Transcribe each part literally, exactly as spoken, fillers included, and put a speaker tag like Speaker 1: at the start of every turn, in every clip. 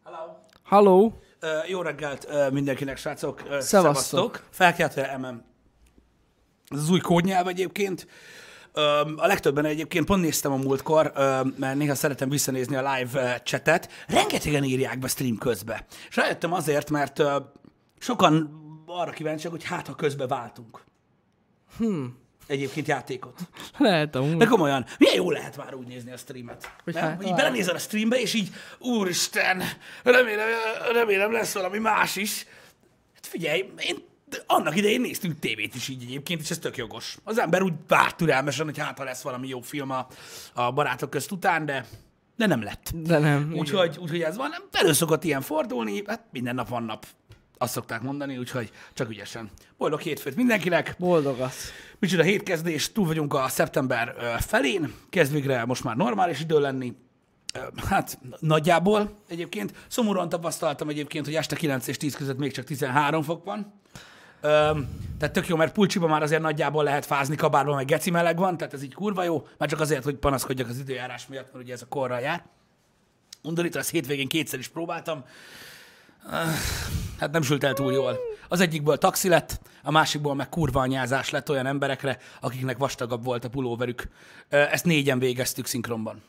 Speaker 1: Hello.
Speaker 2: Halló.
Speaker 1: Uh, jó reggelt uh, mindenkinek, srácok. Uh,
Speaker 2: Szevasztok.
Speaker 1: Felkeltve em em. Ez az új kódnyelv egyébként. Um, a legtöbben egyébként pont néztem a múltkor, um, mert néha szeretem visszanézni a live uh, chatet. Rengetegen írják be stream közbe. És rájöttem azért, mert uh, sokan arra kíváncsiak, hogy hát ha közbe váltunk.
Speaker 2: Hmm.
Speaker 1: Egyébként játékot.
Speaker 2: Lehet amúgy.
Speaker 1: De komolyan, milyen jó lehet már úgy nézni a streamet.
Speaker 2: Hogy
Speaker 1: Nem?
Speaker 2: hát,
Speaker 1: Hogy így belenézel a streambe, és így, úristen, remélem, remélem lesz valami más is. Hát figyelj, én annak idején néztünk tévét is így egyébként, és ez tök jogos. Az ember úgy várt türelmesen, hogy hát ha lesz valami jó film a, a barátok közt után, de, de nem lett.
Speaker 2: De nem.
Speaker 1: Úgyhogy, úgyhogy ez van. Elő szokott ilyen fordulni, hát minden nap van nap. Azt szokták mondani, úgyhogy csak ügyesen. Boldog hétfőt mindenkinek!
Speaker 2: Boldogat.
Speaker 1: Micsoda hétkezdés, túl vagyunk a szeptember ö, felén, kezd végre most már normális idő lenni. Ö, hát nagyjából egyébként. Szomorúan tapasztaltam egyébként, hogy este kilenc és tíz között még csak tizenhárom fok van. Ö, tehát tök jó, mert Pulcsiba már azért nagyjából lehet fázni, Kabárban meg geci meleg van, tehát ez így kurva jó, már csak azért, hogy panaszkodjak az időjárás miatt, mert ugye ez a korral jár. Undorító, ezt hétvégén kétszer is próbáltam. Hát nem sült el túl jól. Az egyikből taxi lett, a másikból meg kurva anyázás lett olyan emberekre, akiknek vastagabb volt a pulóverük. Ezt négyen végeztük szinkronban.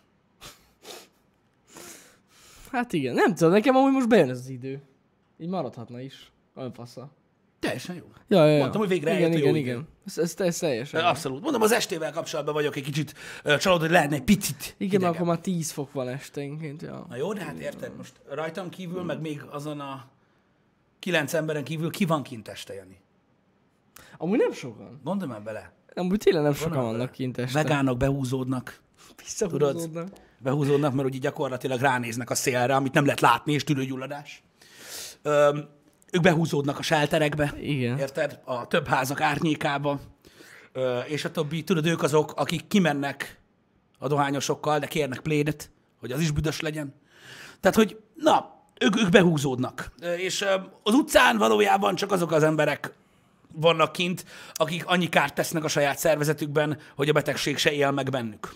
Speaker 2: Hát igen, nem tudom, nekem amúgy most bejön ez az idő. Így maradhatna is. Olyan passza.
Speaker 1: Teljesen jó.
Speaker 2: Ja, ja, ja.
Speaker 1: Mondtam, hogy végre
Speaker 2: igen,
Speaker 1: eljött a
Speaker 2: igen,
Speaker 1: jó
Speaker 2: igen.
Speaker 1: idő.
Speaker 2: Ez, ez, ez teljesen.
Speaker 1: Abszolút. Mondom, az estével kapcsolatban vagyok egy kicsit uh, csalódott, hogy lehetne egy picit
Speaker 2: Igen,
Speaker 1: hidegebb.
Speaker 2: akkor már tíz fok van esténként, ja.
Speaker 1: Na jó, de hát érted, most rajtam kívül, meg még azon a kilenc emberen kívül ki van kint este, Jani?
Speaker 2: Amúgy nem sokan.
Speaker 1: Gondolj már bele.
Speaker 2: Amúgy tényleg nem
Speaker 1: Van
Speaker 2: sokan
Speaker 1: abban.
Speaker 2: vannak kint este.
Speaker 1: Vegánok behúzódnak.
Speaker 2: Visszahúzódnak.
Speaker 1: Behúzódnak, mert ugye gyakorlatilag ránéznek a szélre, amit nem lehet látni, és tüdőgyulladás. Öm, ők behúzódnak a shelterekbe,
Speaker 2: Igen.
Speaker 1: érted? A több házak árnyékába, Ö, és a többi. Tudod, ők azok, akik kimennek a dohányosokkal, de kérnek plédet, hogy az is büdös legyen. Tehát, hogy na, ők, ők behúzódnak. Ö, És ö, az utcán valójában csak azok az emberek vannak kint, akik annyi kárt tesznek a saját szervezetükben, hogy a betegség se él meg bennük.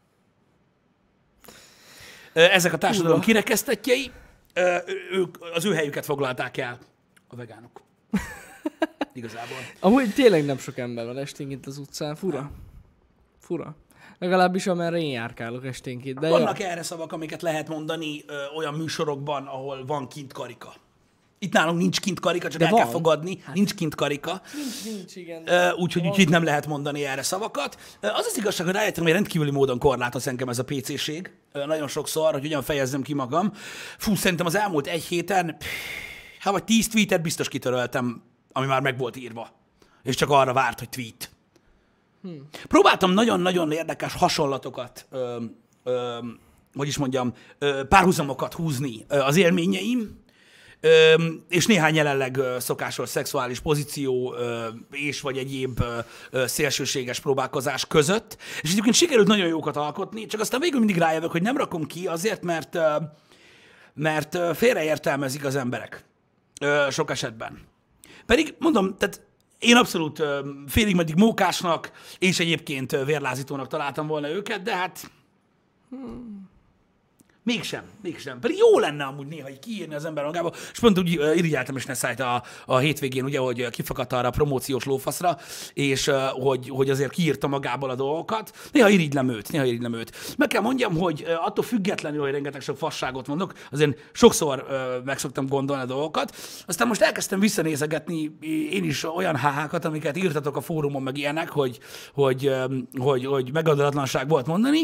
Speaker 1: Ö, Ezek a társadalom
Speaker 2: Ura.
Speaker 1: kirekesztettjei, ö, ők, az ő helyüket foglalták el a vegánok. Igazából.
Speaker 2: Amúgy tényleg nem sok ember van esténként az utcán. Fura. Fura. Legalábbis amerre én járkálok esténként. De
Speaker 1: Vannak erre szavak, amiket lehet mondani ö, olyan műsorokban, ahol van kint karika. Itt nálunk nincs kint karika, csak
Speaker 2: De
Speaker 1: el
Speaker 2: van.
Speaker 1: kell fogadni, hát. Nincs kint karika.
Speaker 2: Nincs, nincs, igen.
Speaker 1: Ö, Úgyhogy úgy, itt nem lehet mondani erre szavakat. Ö, Az az igazság, hogy rájöttem, hogy rendkívüli módon korlátoz engem ez a pé cé-ség. Ö, Nagyon sokszor, hogy hogyan fejezzem ki magam. Fú, szerintem az elmúlt egy héten, pff, hát vagy tíz tweetet biztos kitöröltem, ami már meg volt írva. És csak arra várt, hogy tweet. Hmm. Próbáltam nagyon-nagyon érdekes hasonlatokat, ö, ö, hogy is mondjam, ö, párhuzamokat húzni ö, az élményeim, ö, és néhány jelenleg ö, szokásos szexuális pozíció ö, és vagy egyéb ö, ö, szélsőséges próbálkozás között. És egyébként sikerült nagyon jókat alkotni, csak aztán végül mindig rájövök, hogy nem rakom ki azért, mert, ö, mert ö, félreértelmezik az emberek ö, sok esetben. Pedig mondom, tehát én abszolút ö, félig meddig mókásnak, és egyébként ö, vérlázítónak találtam volna őket, de hát hmm. mégsem, mégsem. Pedig jó lenne amúgy néha így kiírni az ember magába. És pont úgy ö, irigyeltem is Nessájt a, a hétvégén, ugye, hogy ö, kifakadt arra a promóciós lófaszra, és ö, hogy, hogy azért kiírta magából a dolgokat. Néha irigylem őt, néha irigylem őt. Meg kell mondjam, hogy ö, attól függetlenül, hogy rengeteg sok fasságot mondok, azért sokszor ö, meg szoktam gondolni a dolgokat. Aztán most elkezdtem visszanézegetni én is olyan háhákat, amiket írtatok a fórumon, meg ilyenek, hogy, hogy, ö, hogy, hogy megadatlanság volt mondani.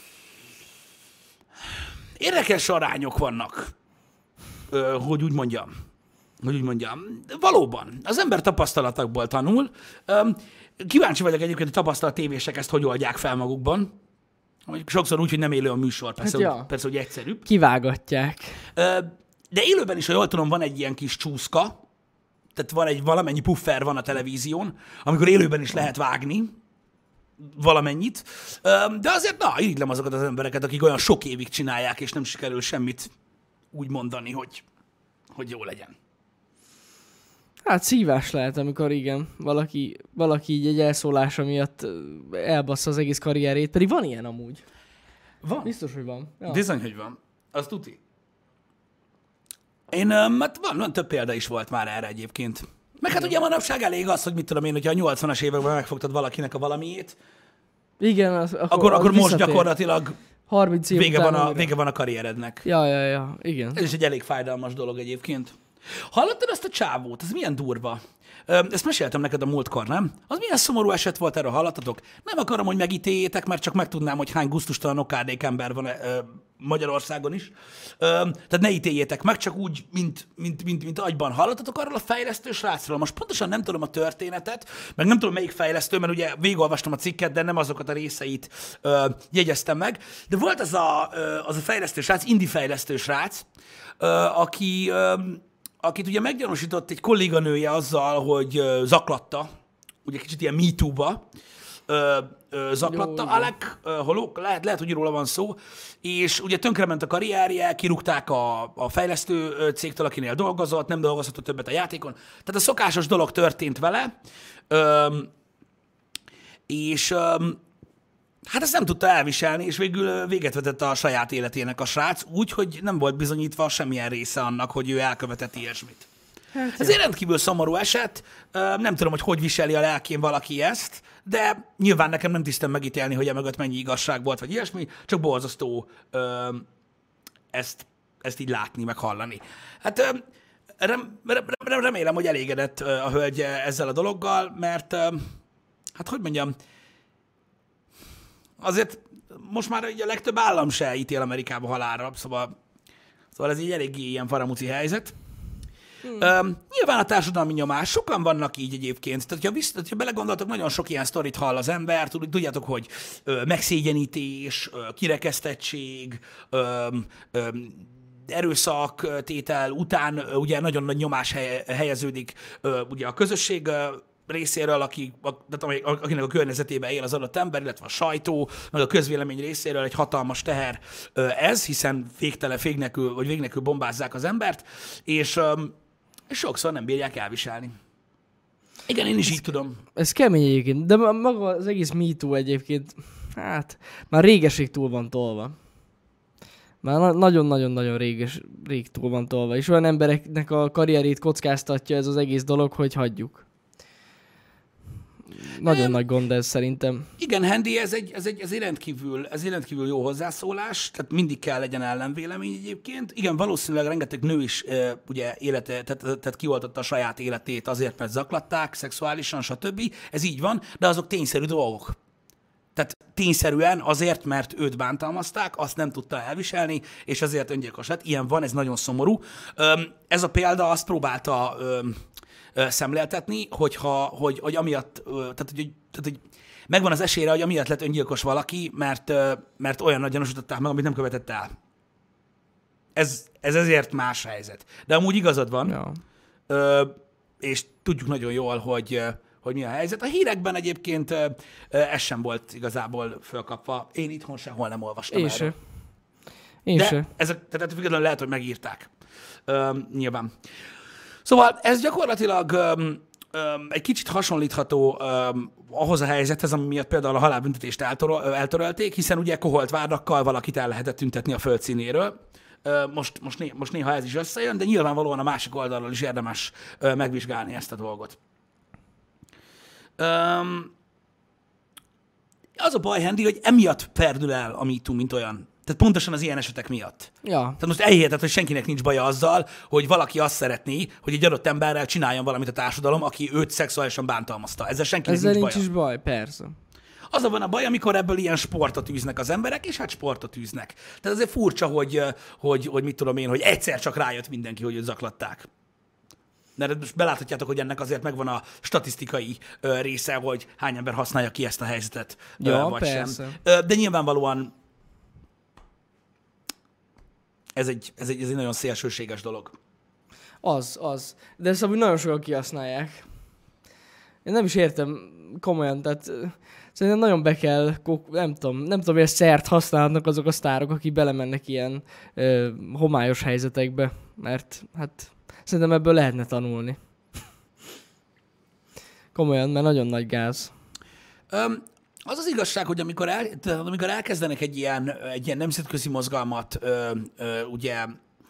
Speaker 1: Érdekes arányok vannak, ö, hogy úgy mondjam. Hogy úgy mondjam. Valóban, az ember tapasztalatokból tanul. Ö, kíváncsi vagyok egyébként, hogy tapasztalat tévések ezt hogy oldják fel magukban. Mondjuk sokszor úgy, hogy nem élő a műsor, persze,
Speaker 2: Hát
Speaker 1: hogy,
Speaker 2: ja.
Speaker 1: persze hogy egyszerűbb.
Speaker 2: Kivágatják.
Speaker 1: Ö, de élőben is, ha jól tudom, van egy ilyen kis csúszka, tehát van egy valamennyi puffer van a televízión, amikor élőben is lehet vágni, valamennyit, de azért, na, irigylem azokat az embereket, akik olyan sok évig csinálják, és nem sikerül semmit úgy mondani, hogy, hogy jó legyen.
Speaker 2: Hát szívás lehet, amikor igen, valaki, valaki így egy elszólása miatt ö, elbassza az egész karrierét, pedig van ilyen amúgy.
Speaker 1: Van.
Speaker 2: Biztos, hogy van. Ja.
Speaker 1: Bizony, hogy van. Az tuti. Én, öm, hát van, van több példa is volt már erre egyébként. Meg hát ugye manapság elég az, hogy mit tudom én, hogyha a nyolcvanas években megfogtad valakinek a valamiét,
Speaker 2: Igen, az, akkor,
Speaker 1: akkor,
Speaker 2: az
Speaker 1: akkor most
Speaker 2: visszatér.
Speaker 1: gyakorlatilag
Speaker 2: harminc év
Speaker 1: vége
Speaker 2: után
Speaker 1: van, a,
Speaker 2: újra.
Speaker 1: vége van a karrierednek.
Speaker 2: Ja, ja, ja, igen.
Speaker 1: Ez is egy elég fájdalmas dolog egyébként. Hallottad azt a csávót? Ez milyen durva. Ö, Ezt meséltem neked a múltkor, nem? Az milyen szomorú eset volt, erről hallottatok? Nem akarom, hogy megítéljétek, mert csak megtudnám, hogy hány gusztustalan okádék ember van ö, Magyarországon is. Ö, tehát ne ítéljétek meg, csak úgy, mint, mint, mint, mint agyban. Hallottatok arról a fejlesztő srácról? Most pontosan nem tudom a történetet, meg nem tudom melyik fejlesztő, mert ugye végigolvastam a cikket, de nem azokat a részeit ö, jegyeztem meg. De volt az a, ö, az a fejlesztő srác, indie fejlesztő srác, ö, aki... Ö, akit ugye meggyanúsított egy kolléganője azzal, hogy ö, zaklatta, ugye kicsit ilyen MeToo-ba ö, ö, zaklatta.
Speaker 2: Jó,
Speaker 1: Alec ö, Holok, lehet, lehet, hogy róla van szó, és ugye tönkrement a karrierje, kirúgták a, a fejlesztő ö, cégtől, akinél dolgozott, nem dolgozhatott többet a játékon. Tehát a szokásos dolog történt vele, ö, és ö, hát ezt nem tudta elviselni, és végül ö, véget vetett a saját életének a srác, úgy, hogy nem volt bizonyítva semmilyen része annak, hogy ő elkövetett ilyesmit.
Speaker 2: Hát,
Speaker 1: Ez egy rendkívül szomorú eset, Ö, nem tudom, hogy hogy viseli a lelkén valaki ezt, de nyilván nekem nem tisztem megítélni, hogy emögött mennyi igazság volt, vagy ilyesmi, csak borzasztó ö, ezt, ezt így látni, meg hallani. Hát ö, rem, rem, rem, remélem, hogy elégedett ö, a hölgy ezzel a dologgal, mert ö, hát hogy mondjam, azért most már ugye a legtöbb állam se ítél Amerikába halálra, szóval, szóval ez így eléggé ilyen faramuci helyzet. Hmm. Um, nyilván a társadalmi nyomás, sokan vannak így egyébként. Tehát, ha, visz, ha belegondoltok, nagyon sok ilyen sztorit hall az ember, tudjátok, hogy ö, megszégyenítés, ö, kirekesztettség, ö, ö, erőszaktétel után ö, ugye nagyon nagy nyomás hely, helyeződik ö, ugye a közösség ö, részéről, aki, a, tehát akinek a környezetében él az adott ember, illetve a sajtó, meg a közvélemény részéről egy hatalmas teher ö, ez, hiszen végtelen, fég nélkül, vagy vég nélkül bombázzák az embert, és ö, és sokszor nem bírják elviselni. Igen, én is így tudom.
Speaker 2: Ez kemény egyébként, de ma- maga az egész MeToo egyébként, hát már régeség túl van tolva. Már na- nagyon-nagyon-nagyon réges, rég túl van tolva, és olyan embereknek a karrierét kockáztatja ez az egész dolog, hogy hagyjuk. Nagyon
Speaker 1: Nem.
Speaker 2: nagy gond ez szerintem.
Speaker 1: Igen, Hendi, ez egy, ez, egy, ez, egy rendkívül, ez egy rendkívül jó hozzászólás, tehát mindig kell legyen ellenvélemény egyébként. Igen, valószínűleg rengeteg nő is e, ugye élete, tehát, tehát kioltotta a saját életét azért, mert zaklatták, szexuálisan, stb. Ez így van, de azok tényszerű dolgok. Tehát tényszerűen azért, mert őt bántalmazták, azt nem tudta elviselni, és azért öngyilkos lett. Ilyen van, ez nagyon szomorú. Ez a példa azt próbálta szemléltetni, hogyha, hogy, hogy amiatt, tehát hogy, tehát, hogy megvan az esélyre, hogy amiatt lett öngyilkos valaki, mert, mert olyan nagy gyanúsították meg, amit nem követett el. Ez, ez ezért más helyzet. De amúgy igazad van,
Speaker 2: Ja.
Speaker 1: és tudjuk nagyon jól, hogy, hogy mi a helyzet. A hírekben egyébként ez sem volt igazából fölkapva. Én itthon sehol nem olvastam
Speaker 2: Én
Speaker 1: erről.
Speaker 2: se. Én
Speaker 1: De
Speaker 2: se.
Speaker 1: ezek, tehát függetlenül lehet, hogy megírták. Üm, nyilván. Szóval ez gyakorlatilag um, um, egy kicsit hasonlítható um, ahhoz a helyzethez, ami miatt például a halálbüntetést eltöröl, eltörölték, hiszen ugye koholt vádakkal valakit el lehetett tüntetni a földszínéről. Uh, most, most, né, most néha ez is összejön, de nyilvánvalóan a másik oldalról is érdemes uh, megvizsgálni ezt a dolgot. Um, az a baj, Hendi, hogy emiatt perdül el a MeToo, mint olyan. Tehát pontosan az ilyen esetek miatt.
Speaker 2: Ja.
Speaker 1: Tehát most elhiheted, hogy senkinek nincs baja azzal, hogy valaki azt szeretné, hogy egy adott emberrel csináljon valamit a társadalom, aki őt szexuálisan bántalmazta. Ezzel senkinek
Speaker 2: Ezzel
Speaker 1: nincs
Speaker 2: nincs
Speaker 1: baja.
Speaker 2: is baj, persze.
Speaker 1: Az a van a baj, amikor ebből ilyen sportot űznek az emberek, és hát sportot űznek. Tehát azért furcsa, hogy, hogy, hogy mit tudom én, hogy egyszer csak rájött mindenki, hogy őt zaklatták. De most beláthatjátok, hogy ennek azért megvan a statisztikai ö, része, hogy hány ember használja ki ezt a helyzetet,
Speaker 2: Ja,
Speaker 1: ö, vagy
Speaker 2: persze.
Speaker 1: sem. Ö, de nyilvánvalóan ez egy, ez, egy, ez egy nagyon szélsőséges dolog.
Speaker 2: Az, az. De ezt amúgy nagyon sokan kihasználják. Én nem is értem komolyan, tehát ö, szerintem nagyon be kell, kok- nem tudom, nem tudom, hogy szert használnak azok a sztárok, akik belemennek ilyen ö, homályos helyzetekbe, mert hát szerintem ebből lehetne tanulni. Komolyan, mert nagyon nagy gáz.
Speaker 1: Öm, az az igazság, hogy amikor, el, tehát amikor elkezdenek egy ilyen, egy ilyen nemzetközi mozgalmat, ö, ö, ugye,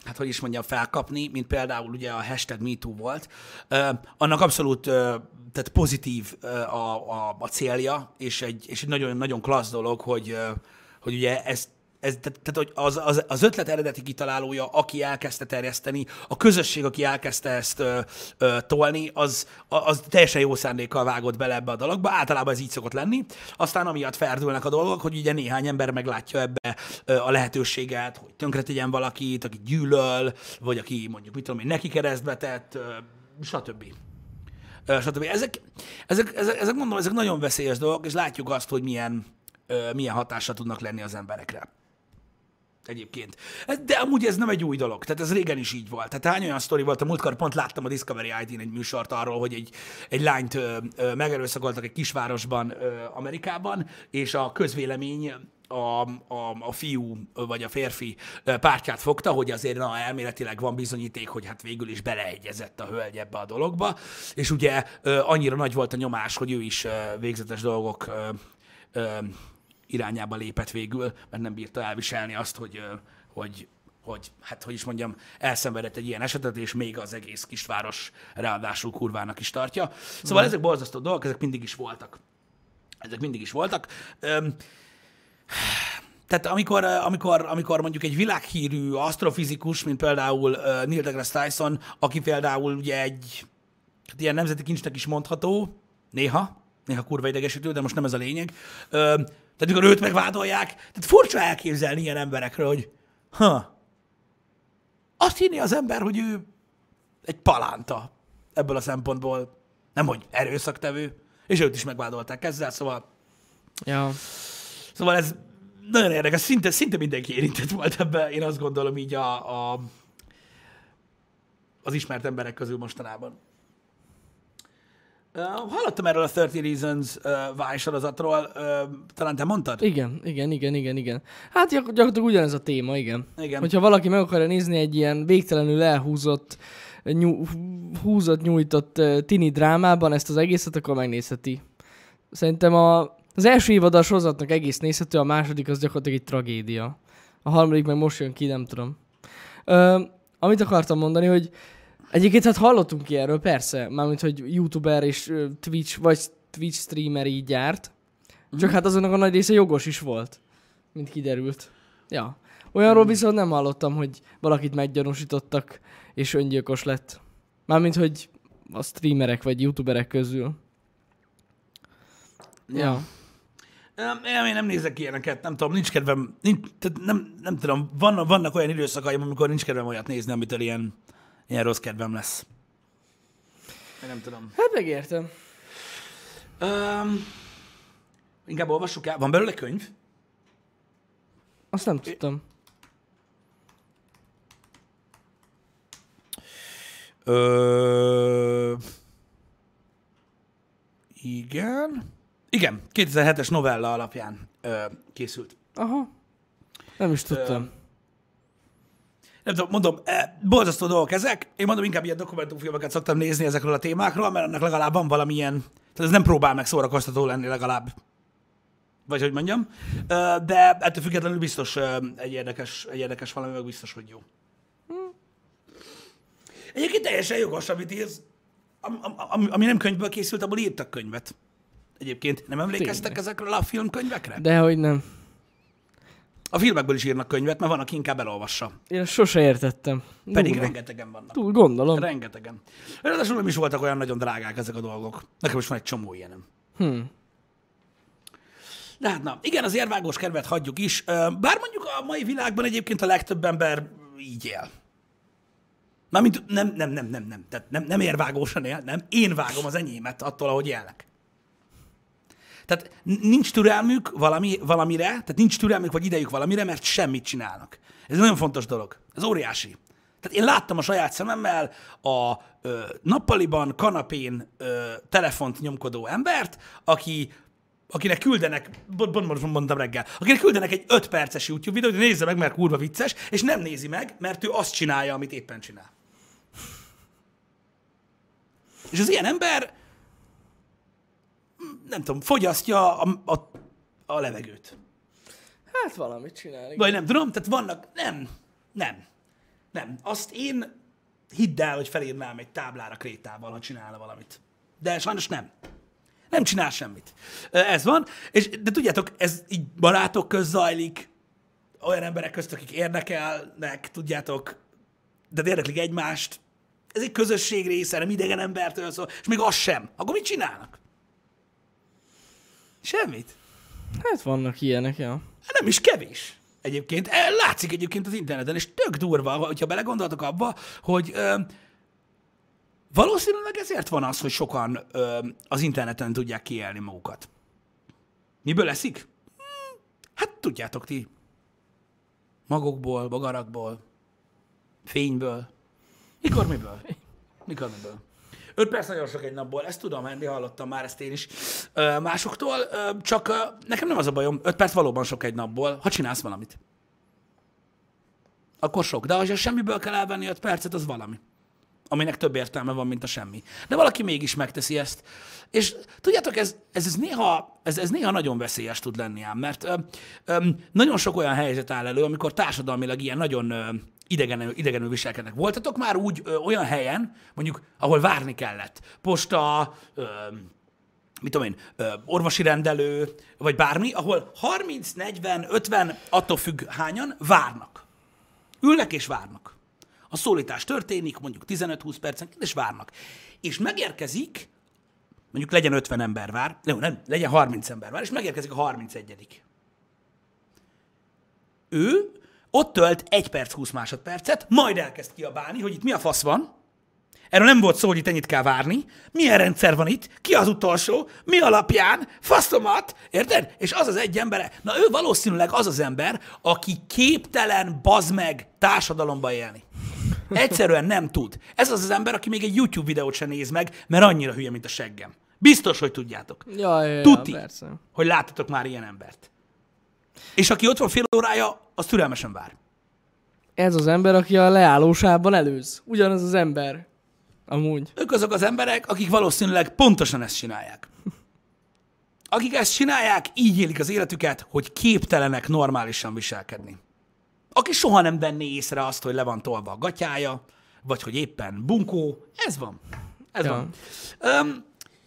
Speaker 1: hát hogy is mondjam, felkapni, mint például ugye a hashtag MeToo volt, uh, annak abszolút uh, tehát pozitív uh, a, a, a célja, és egy, és egy nagyon, nagyon klassz dolog, hogy, uh, hogy ugye ez, ez tehát, tehát hogy az, az, az ötlet eredeti kitalálója, aki elkezdte terjeszteni, a közösség, aki elkezdte ezt uh, uh, tolni, az, az teljesen jó szándékkal vágott bele ebbe a dologba, általában ez így szokott lenni, aztán amiatt ferdülnek a dolgok, hogy ugye néhány ember meglátja ebbe uh, a lehetőséget, hogy tönkretegyen valakit, aki gyűlöl, vagy aki mondjuk, mit tudom én, neki keresztbe tett, uh, stb. Uh, stb. Ezek, ezek, ezek, ezek, mondom, ezek nagyon veszélyes dolgok, és látjuk azt, hogy milyen, uh, milyen hatással tudnak lenni az emberekre. Egyébként. De amúgy ez nem egy új dolog, tehát ez régen is így volt. Tehát hány olyan sztori volt, a múltkor pont láttam a Discovery i dén egy műsort arról, hogy egy, egy lányt ö, ö, megerőszakoltak egy kisvárosban ö, Amerikában, és a közvélemény a, a, a fiú vagy a férfi pártját fogta, hogy azért na, elméletileg van bizonyíték, hogy hát végül is beleegyezett a hölgy ebbe a dologba, és ugye ö, annyira nagy volt a nyomás, hogy ő is ö, végzetes dolgok ö, ö, irányába lépett végül, mert nem bírta elviselni azt, hogy, hogy, hogy hát hogy is mondjam, elszenvedett egy ilyen esetet, és még az egész kisváros ráadásul kurvának is tartja. Szóval mm. ezek borzasztó dolgok, ezek mindig is voltak. Ezek mindig is voltak. Öm, tehát amikor, amikor, amikor mondjuk egy világhírű asztrofizikus, mint például Neil deGrasse Tyson, aki például ugye egy hát ilyen nemzeti kincsnek is mondható, néha, néha kurva idegesítő, de most nem ez a lényeg, öm, tehát mikor őt megvádolják, tehát furcsa elképzelni ilyen emberekről, hogy ha, azt hinni az ember, hogy ő egy palánta ebből a szempontból, nem hogy erőszaktevő, és őt is megvádolták ezzel, szóval
Speaker 2: Ja.
Speaker 1: szóval ez nagyon érdekes, szinte, szinte mindenki érintett volt ebben, én azt gondolom így a, a, az ismert emberek közül mostanában. Uh, hallottam erről a thirty Reasons uh, Why sorozatról, uh, talán te mondtad?
Speaker 2: Igen, igen, igen, igen, igen. Hát gyak- gyakorlatilag ugyanez a téma, igen.
Speaker 1: Igen.
Speaker 2: Hogyha valaki meg akarja nézni egy ilyen végtelenül elhúzott, nyú, húzott, nyújtott uh, tini drámában ezt az egészet, akkor megnézheti. Szerintem a, az első évad a sorozatnak egész nézhető, a második az gyakorlatilag egy tragédia. A harmadik meg most jön ki, nem tudom. Uh, amit akartam mondani, hogy egyébként hát hallottunk ki erről, persze, mármint, hogy youtuber és uh, Twitch, vagy Twitch streamer így gyárt. Mm. Csak hát azonnak a nagy része jogos is volt, mint kiderült. Ja. Olyanról mm. viszont nem hallottam, hogy valakit meggyanúsítottak, és öngyilkos lett. Mármint, hogy a streamerek vagy youtuberek közül. Ja. ja.
Speaker 1: Én nem nézek ilyeneket, nem tudom, nincs kedvem, nincs, tehát nem, nem tudom, vannak, vannak olyan időszakaim, amikor nincs kedvem olyat nézni, amitől ilyen Ilyen rossz kedvem lesz. Én nem tudom.
Speaker 2: Hát megértem.
Speaker 1: Um, inkább olvassuk el. Van belőle könyv?
Speaker 2: Azt nem tudtam.
Speaker 1: Ö... Igen. Igen, kétezer-hetes novella alapján ö, készült.
Speaker 2: Aha. Nem is tudtam. Ö...
Speaker 1: Nem tudom, mondom, eh, borzasztó dolgok ezek. Én mondom, inkább ilyen dokumentumfilmeket szoktam nézni ezekről a témákról, mert ennek legalább van valamilyen, tehát ez nem próbál meg szórakoztató lenni legalább. Vagy hogy mondjam. De ettől függetlenül biztos egy érdekes, egy érdekes valami, meg biztos, hogy jó. Hmm. Egyébként teljesen jogos, amit írsz. Ami, ami, ami nem könyvből készült, abból írtak könyvet. Egyébként nem emlékeztek Tényleg. ezekről a filmkönyvekre?
Speaker 2: Dehogy nem.
Speaker 1: A filmekből is írnak könyvet, mert van, aki inkább elolvassa.
Speaker 2: Én sose értettem.
Speaker 1: Pedig Durva. rengetegen vannak.
Speaker 2: Túl gondolom.
Speaker 1: Rengetegen. Ráadásul nem is voltak olyan nagyon drágák ezek a dolgok. Nekem is van egy csomó ilyenem.
Speaker 2: Hmm.
Speaker 1: De hát na, igen, az érvágós kedvet hagyjuk is. Bár mondjuk a mai világban egyébként a legtöbb ember így él. Mármint nem, nem, nem, nem, nem. Tehát nem, nem érvágósan él, nem. Én vágom az enyémet attól, ahogy élnek. Tehát nincs türelmük valami, valamire, tehát nincs türelmük vagy idejük valamire, mert semmit csinálnak. Ez nagyon fontos dolog. Ez óriási. Tehát én láttam a saját szememmel a ö, nappaliban, kanapén ö, telefont nyomkodó embert, aki, akinek küldenek, pont mondtam reggel, akinek küldenek egy öt perces YouTube videót, hogy nézze meg, mert kurva vicces, és nem nézi meg, mert ő azt csinálja, amit éppen csinál. És az ilyen ember nem tudom, fogyasztja a, a, a levegőt.
Speaker 2: Hát valamit csinál.
Speaker 1: Vagy nem tudom, tehát vannak, nem, nem. Nem. Azt én hidd el, hogy felírnám egy táblára krétával, ha csinálna valamit. De sajnos nem. Nem csinál semmit. Ez van. És, de tudjátok, ez így barátok közt zajlik, olyan emberek közt, akik érdekelnek, tudjátok, de érdeklik egymást. Ez egy közösség része, nem idegen embertől szól, és még az sem. Akkor mit csinálnak? Semmit.
Speaker 2: Hát vannak ilyenek, ja.
Speaker 1: Nem is kevés. Egyébként látszik egyébként az interneten, és tök durva, hogyha belegondoltok abba, hogy ö, valószínűleg ezért van az, hogy sokan ö, az interneten tudják kiélni magukat. Miből leszik? Hmm, hát tudjátok ti. Magokból, bogarakból, fényből. Mikor miből? Mikor miből? Öt perc nagyon sok egy napból, ezt tudom, Andy, hallottam már ezt én is ö, másoktól, ö, csak ö, nekem nem az a bajom, öt perc valóban sok egy napból, ha csinálsz valamit. Akkor sok, de ha semmiből kell elvenni öt percet, az valami. Aminek több értelme van, mint a semmi. De valaki mégis megteszi ezt. És tudjátok, ez, ez, ez, néha, ez, ez néha nagyon veszélyes tud lenni ám, mert ö, ö, nagyon sok olyan helyzet áll elő, amikor társadalmilag ilyen nagyon ö, idegenül, idegenül viselkednek. Voltatok már úgy ö, olyan helyen, mondjuk, ahol várni kellett. Posta, ö, mit tudom én, ö, orvosi rendelő, vagy bármi, ahol harminc, negyven, ötven, attól függ hányan, várnak. Ülnek és várnak. A szólítás történik, mondjuk tizenöt-húsz percenként, és várnak. És megérkezik, mondjuk legyen ötven ember vár, nem, nem, legyen harminc ember vár, és megérkezik a harmincegyedik. Ő ott tölt egy perc, húsz másodpercet, majd elkezd kiabálni, hogy itt mi a fasz van. Erről nem volt szó, hogy itt ennyit kell várni. Milyen rendszer van itt? Ki az utolsó? Mi alapján? Faszomat? Érted? És az az egy ember, na ő valószínűleg az az ember, aki képtelen, bazd meg, társadalomba élni. Egyszerűen nem tud. Ez az az ember, aki még egy YouTube videót sem néz meg, mert annyira hülye, mint a seggem. Biztos, hogy tudjátok.
Speaker 2: Ja, ja, ja,
Speaker 1: Tuti,
Speaker 2: persze.
Speaker 1: hogy láttatok már ilyen embert. És aki ott van fél órája, az türelmesen vár.
Speaker 2: Ez az ember, aki a leállósában előz. Ugyanaz az ember. Amúgy.
Speaker 1: Ők azok az emberek, akik valószínűleg pontosan ezt csinálják. Akik ezt csinálják, így élik az életüket, hogy képtelenek normálisan viselkedni. Aki soha nem venné észre azt, hogy le van tolva a gatyája, vagy hogy éppen bunkó, ez van. Ez
Speaker 2: ja.
Speaker 1: van. Um,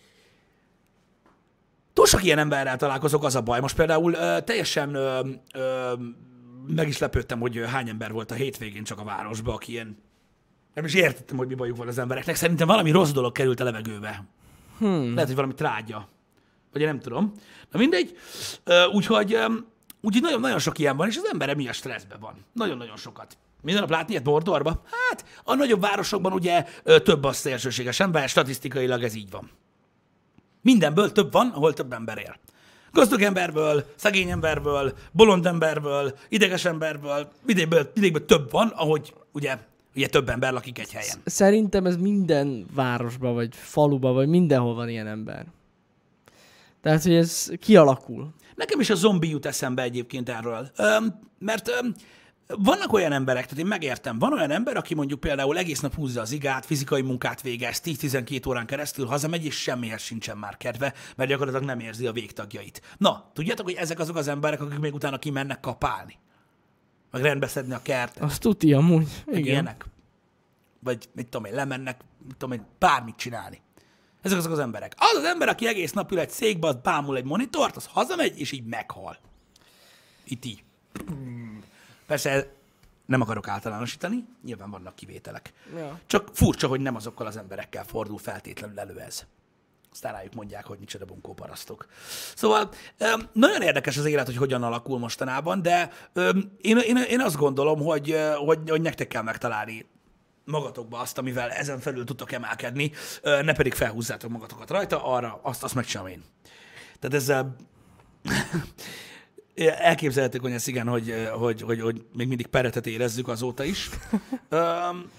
Speaker 1: túl sok ilyen emberrel találkozok, az a baj. Most például uh, teljesen uh, uh, meg is lepődtem, hogy hány ember volt a hétvégén csak a városba, aki ilyen... Nem is értettem, hogy mi bajuk van az embereknek. Szerintem valami rossz dolog került a levegőbe. Hmm. Lehet, hogy valami trágya. Vagy én nem tudom. Na mindegy. Uh, úgyhogy... Um, Úgyhogy nagyon-nagyon sok ilyen van, és az ember emiatt stresszben van. Nagyon-nagyon sokat. Minden nap látni ilyet Mordorba? Hát, a nagyobb városokban ugye több a szélsőséges ember, statisztikailag ez így van. Mindenből több van, ahol több ember él. Gazdag emberből, szegény emberből, bolond emberből, ideges emberből, mindegből, mindegből több van, ahogy ugye, ugye több ember lakik egy helyen.
Speaker 2: Szerintem ez minden városban, vagy faluban, vagy mindenhol van ilyen ember. Tehát, hogy ez kialakul.
Speaker 1: Nekem is a zombi jut eszembe egyébként erről. Öm, mert öm, vannak olyan emberek, tehát én megértem, van olyan ember, aki mondjuk például egész nap húzza az igát, fizikai munkát végez, tíz-tizenkét órán keresztül hazamegy, és semmihez sincsen már kedve, mert gyakorlatilag nem érzi a végtagjait. Na, tudjátok, hogy ezek azok az emberek, akik még utána kimennek kapálni? Meg rendbeszedni a kertet.
Speaker 2: Azt tuti amúgy. Igen.
Speaker 1: Ilyenek. Vagy mit tudom én, lemennek, mit tudom én, bármit csinálni. Ezek azok az emberek. Az az ember, aki egész nap ül egy székbe, az bámul egy monitort, az hazamegy, és így meghal. Itt így. Persze nem akarok általánosítani, nyilván vannak kivételek.
Speaker 2: Ja.
Speaker 1: Csak furcsa, hogy nem azokkal az emberekkel fordul feltétlenül elő ez. Aztán rájuk mondják, hogy micsoda bunkó parasztok. Szóval nagyon érdekes az élet, hogy hogyan alakul mostanában, de én, én, én azt gondolom, hogy, hogy, hogy nektek kell megtalálni magatokba azt, amivel ezen felül tudtok emelkedni, ne pedig felhúzzátok magatokat rajta, arra azt, azt megcsinálom én. Tehát ezzel elképzelhetők, hogy ez igen, hogy, hogy, hogy, hogy még mindig peretet érezzük azóta is. um,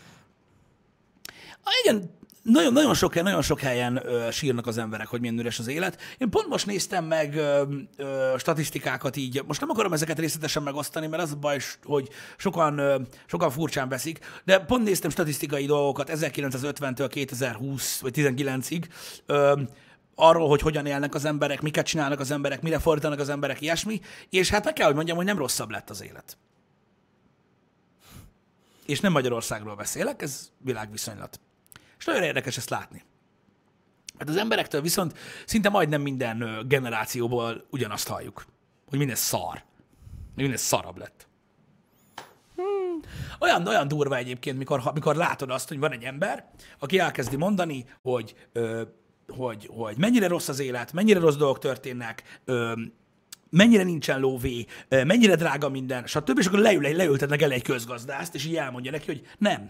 Speaker 1: igen, nagyon, nagyon, sok, nagyon sok helyen ö, sírnak az emberek, hogy milyen üres az élet. Én pont most néztem meg ö, ö, statisztikákat így, most nem akarom ezeket részletesen megosztani, mert az a baj, hogy sokan, ö, sokan furcsán veszik, de pont néztem statisztikai dolgokat ezerkilencszázötventől kétezer-húsz vagy tizenkilencig, ö, arról, hogy hogyan élnek az emberek, miket csinálnak az emberek, mire fordítanak az emberek, ilyesmi, és hát meg kell, hogy mondjam, hogy nem rosszabb lett az élet. és nem Magyarországról beszélek, ez világviszonylat. És nagyon érdekes ezt látni. Hát az emberektől viszont szinte majdnem minden ö, generációból ugyanazt halljuk, hogy minden szar. Hogy minden szarabb lett. Hmm. Olyan, olyan durva egyébként, mikor, mikor látod azt, hogy van egy ember, aki elkezdi mondani, hogy, ö, hogy, hogy mennyire rossz az élet, mennyire rossz dolgok történnek, ö, mennyire nincsen lóvé, ö, mennyire drága minden, stb. És akkor leül, leültetnek el egy közgazdászt, és így elmondja neki, hogy nem.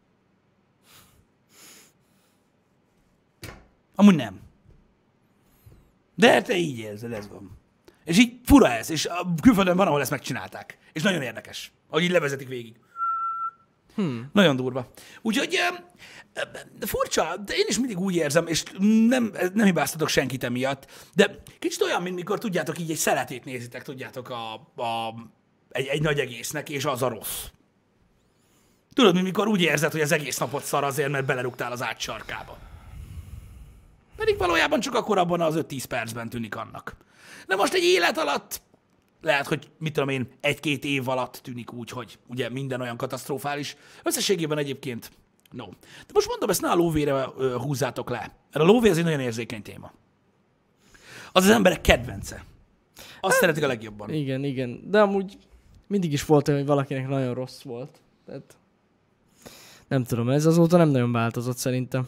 Speaker 1: Amúgy nem. De te így érzed, ez van. És így fura ez, és a külföldön van, ahol ezt megcsinálták. És nagyon érdekes, ahogy így levezetik végig. Hmm. Nagyon durva. Úgyhogy de furcsa, de én is mindig úgy érzem, és nem, nem hibáztatok senkit emiatt, de kicsit olyan, mint mikor tudjátok, így egy szeletét nézitek, tudjátok, a, a, egy, egy nagy egésznek, és az a rossz. Tudod, mint mikor úgy érzed, hogy az egész napot szar azért, mert belerúgtál az ágy sarkába. Pedig valójában csak akkor abban az öt-tíz percben tűnik annak. De most egy élet alatt, lehet, hogy mit tudom én, egy-két év alatt tűnik úgy, hogy ugye minden olyan katasztrofális. Összességében egyébként no. De most mondom, ezt ne a lóvére ö, húzzátok le. Mert a lóvé az egy nagyon érzékeny téma. Az az emberek kedvence. Azt hát, szeretik a legjobban.
Speaker 2: Igen, igen. De amúgy mindig is volt olyan, hogy valakinek nagyon rossz volt. Tehát nem tudom, ez azóta nem nagyon változott szerintem.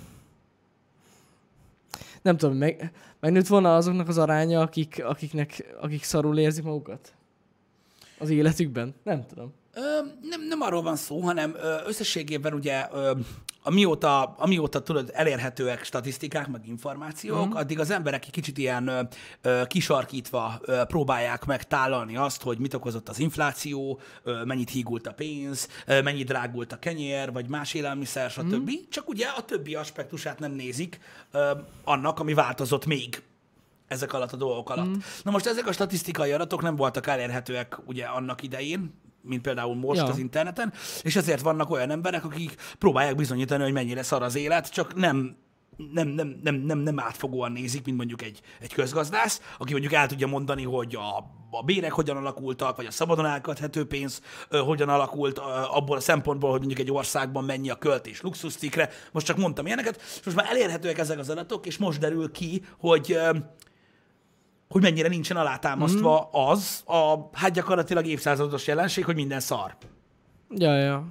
Speaker 2: Nem tudom, meg, megnőtt volna azoknak az aránya, akik, akiknek, akik szarul érzik magukat? Az életükben? Nem tudom.
Speaker 1: Ö, nem, nem arról van szó, hanem ö, összességében ugye ö, amióta, amióta tudod, elérhetőek statisztikák, meg információk, mm. addig az emberek egy kicsit ilyen ö, ö, kisarkítva ö, próbálják meg tálalni azt, hogy mit okozott az infláció, ö, mennyit hígult a pénz, ö, mennyit drágult a kenyér, vagy más élelmiszer, stb. Mm. Csak ugye a többi aspektusát nem nézik ö, annak, ami változott még ezek alatt a dolgok alatt. Mm. Na most ezek a statisztikai adatok nem voltak elérhetőek ugye annak idején, mint például most ja. az interneten, és ezért vannak olyan emberek, akik próbálják bizonyítani, hogy mennyire szar az élet, csak nem, nem, nem, nem, nem, nem átfogóan nézik, mint mondjuk egy, egy közgazdász, aki mondjuk el tudja mondani, hogy a, a bérek hogyan alakultak, vagy a szabadon elkölthető pénz ö, hogyan alakult ö, abból a szempontból, hogy mondjuk egy országban mennyi a költés luxuszcikkre. Most csak mondtam ilyeneket, és most már elérhetőek ezek az adatok, és most derül ki, hogy ö, hogy mennyire nincsen alátámasztva mm. az a, hát gyakorlatilag évszázados jelenség, hogy minden szar.
Speaker 2: Ja, ja.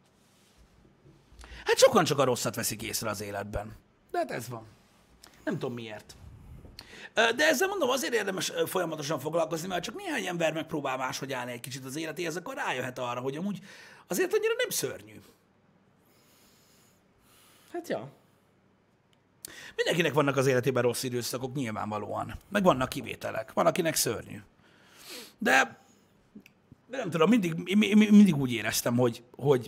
Speaker 1: Hát sokan csak a rosszat veszik észre az életben. De hát ez van. Nem tudom miért. De ezzel mondom, azért érdemes folyamatosan foglalkozni, mert csak néhány ember megpróbál máshogy állni egy kicsit az életéhez, akkor rájöhet arra, hogy amúgy azért annyira nem szörnyű.
Speaker 2: Hát ja.
Speaker 1: Mindenkinek vannak az életében rossz időszakok, nyilvánvalóan. Meg vannak kivételek. Van, akinek szörnyű. De, de nem tudom, mindig, mindig úgy éreztem, hogy, hogy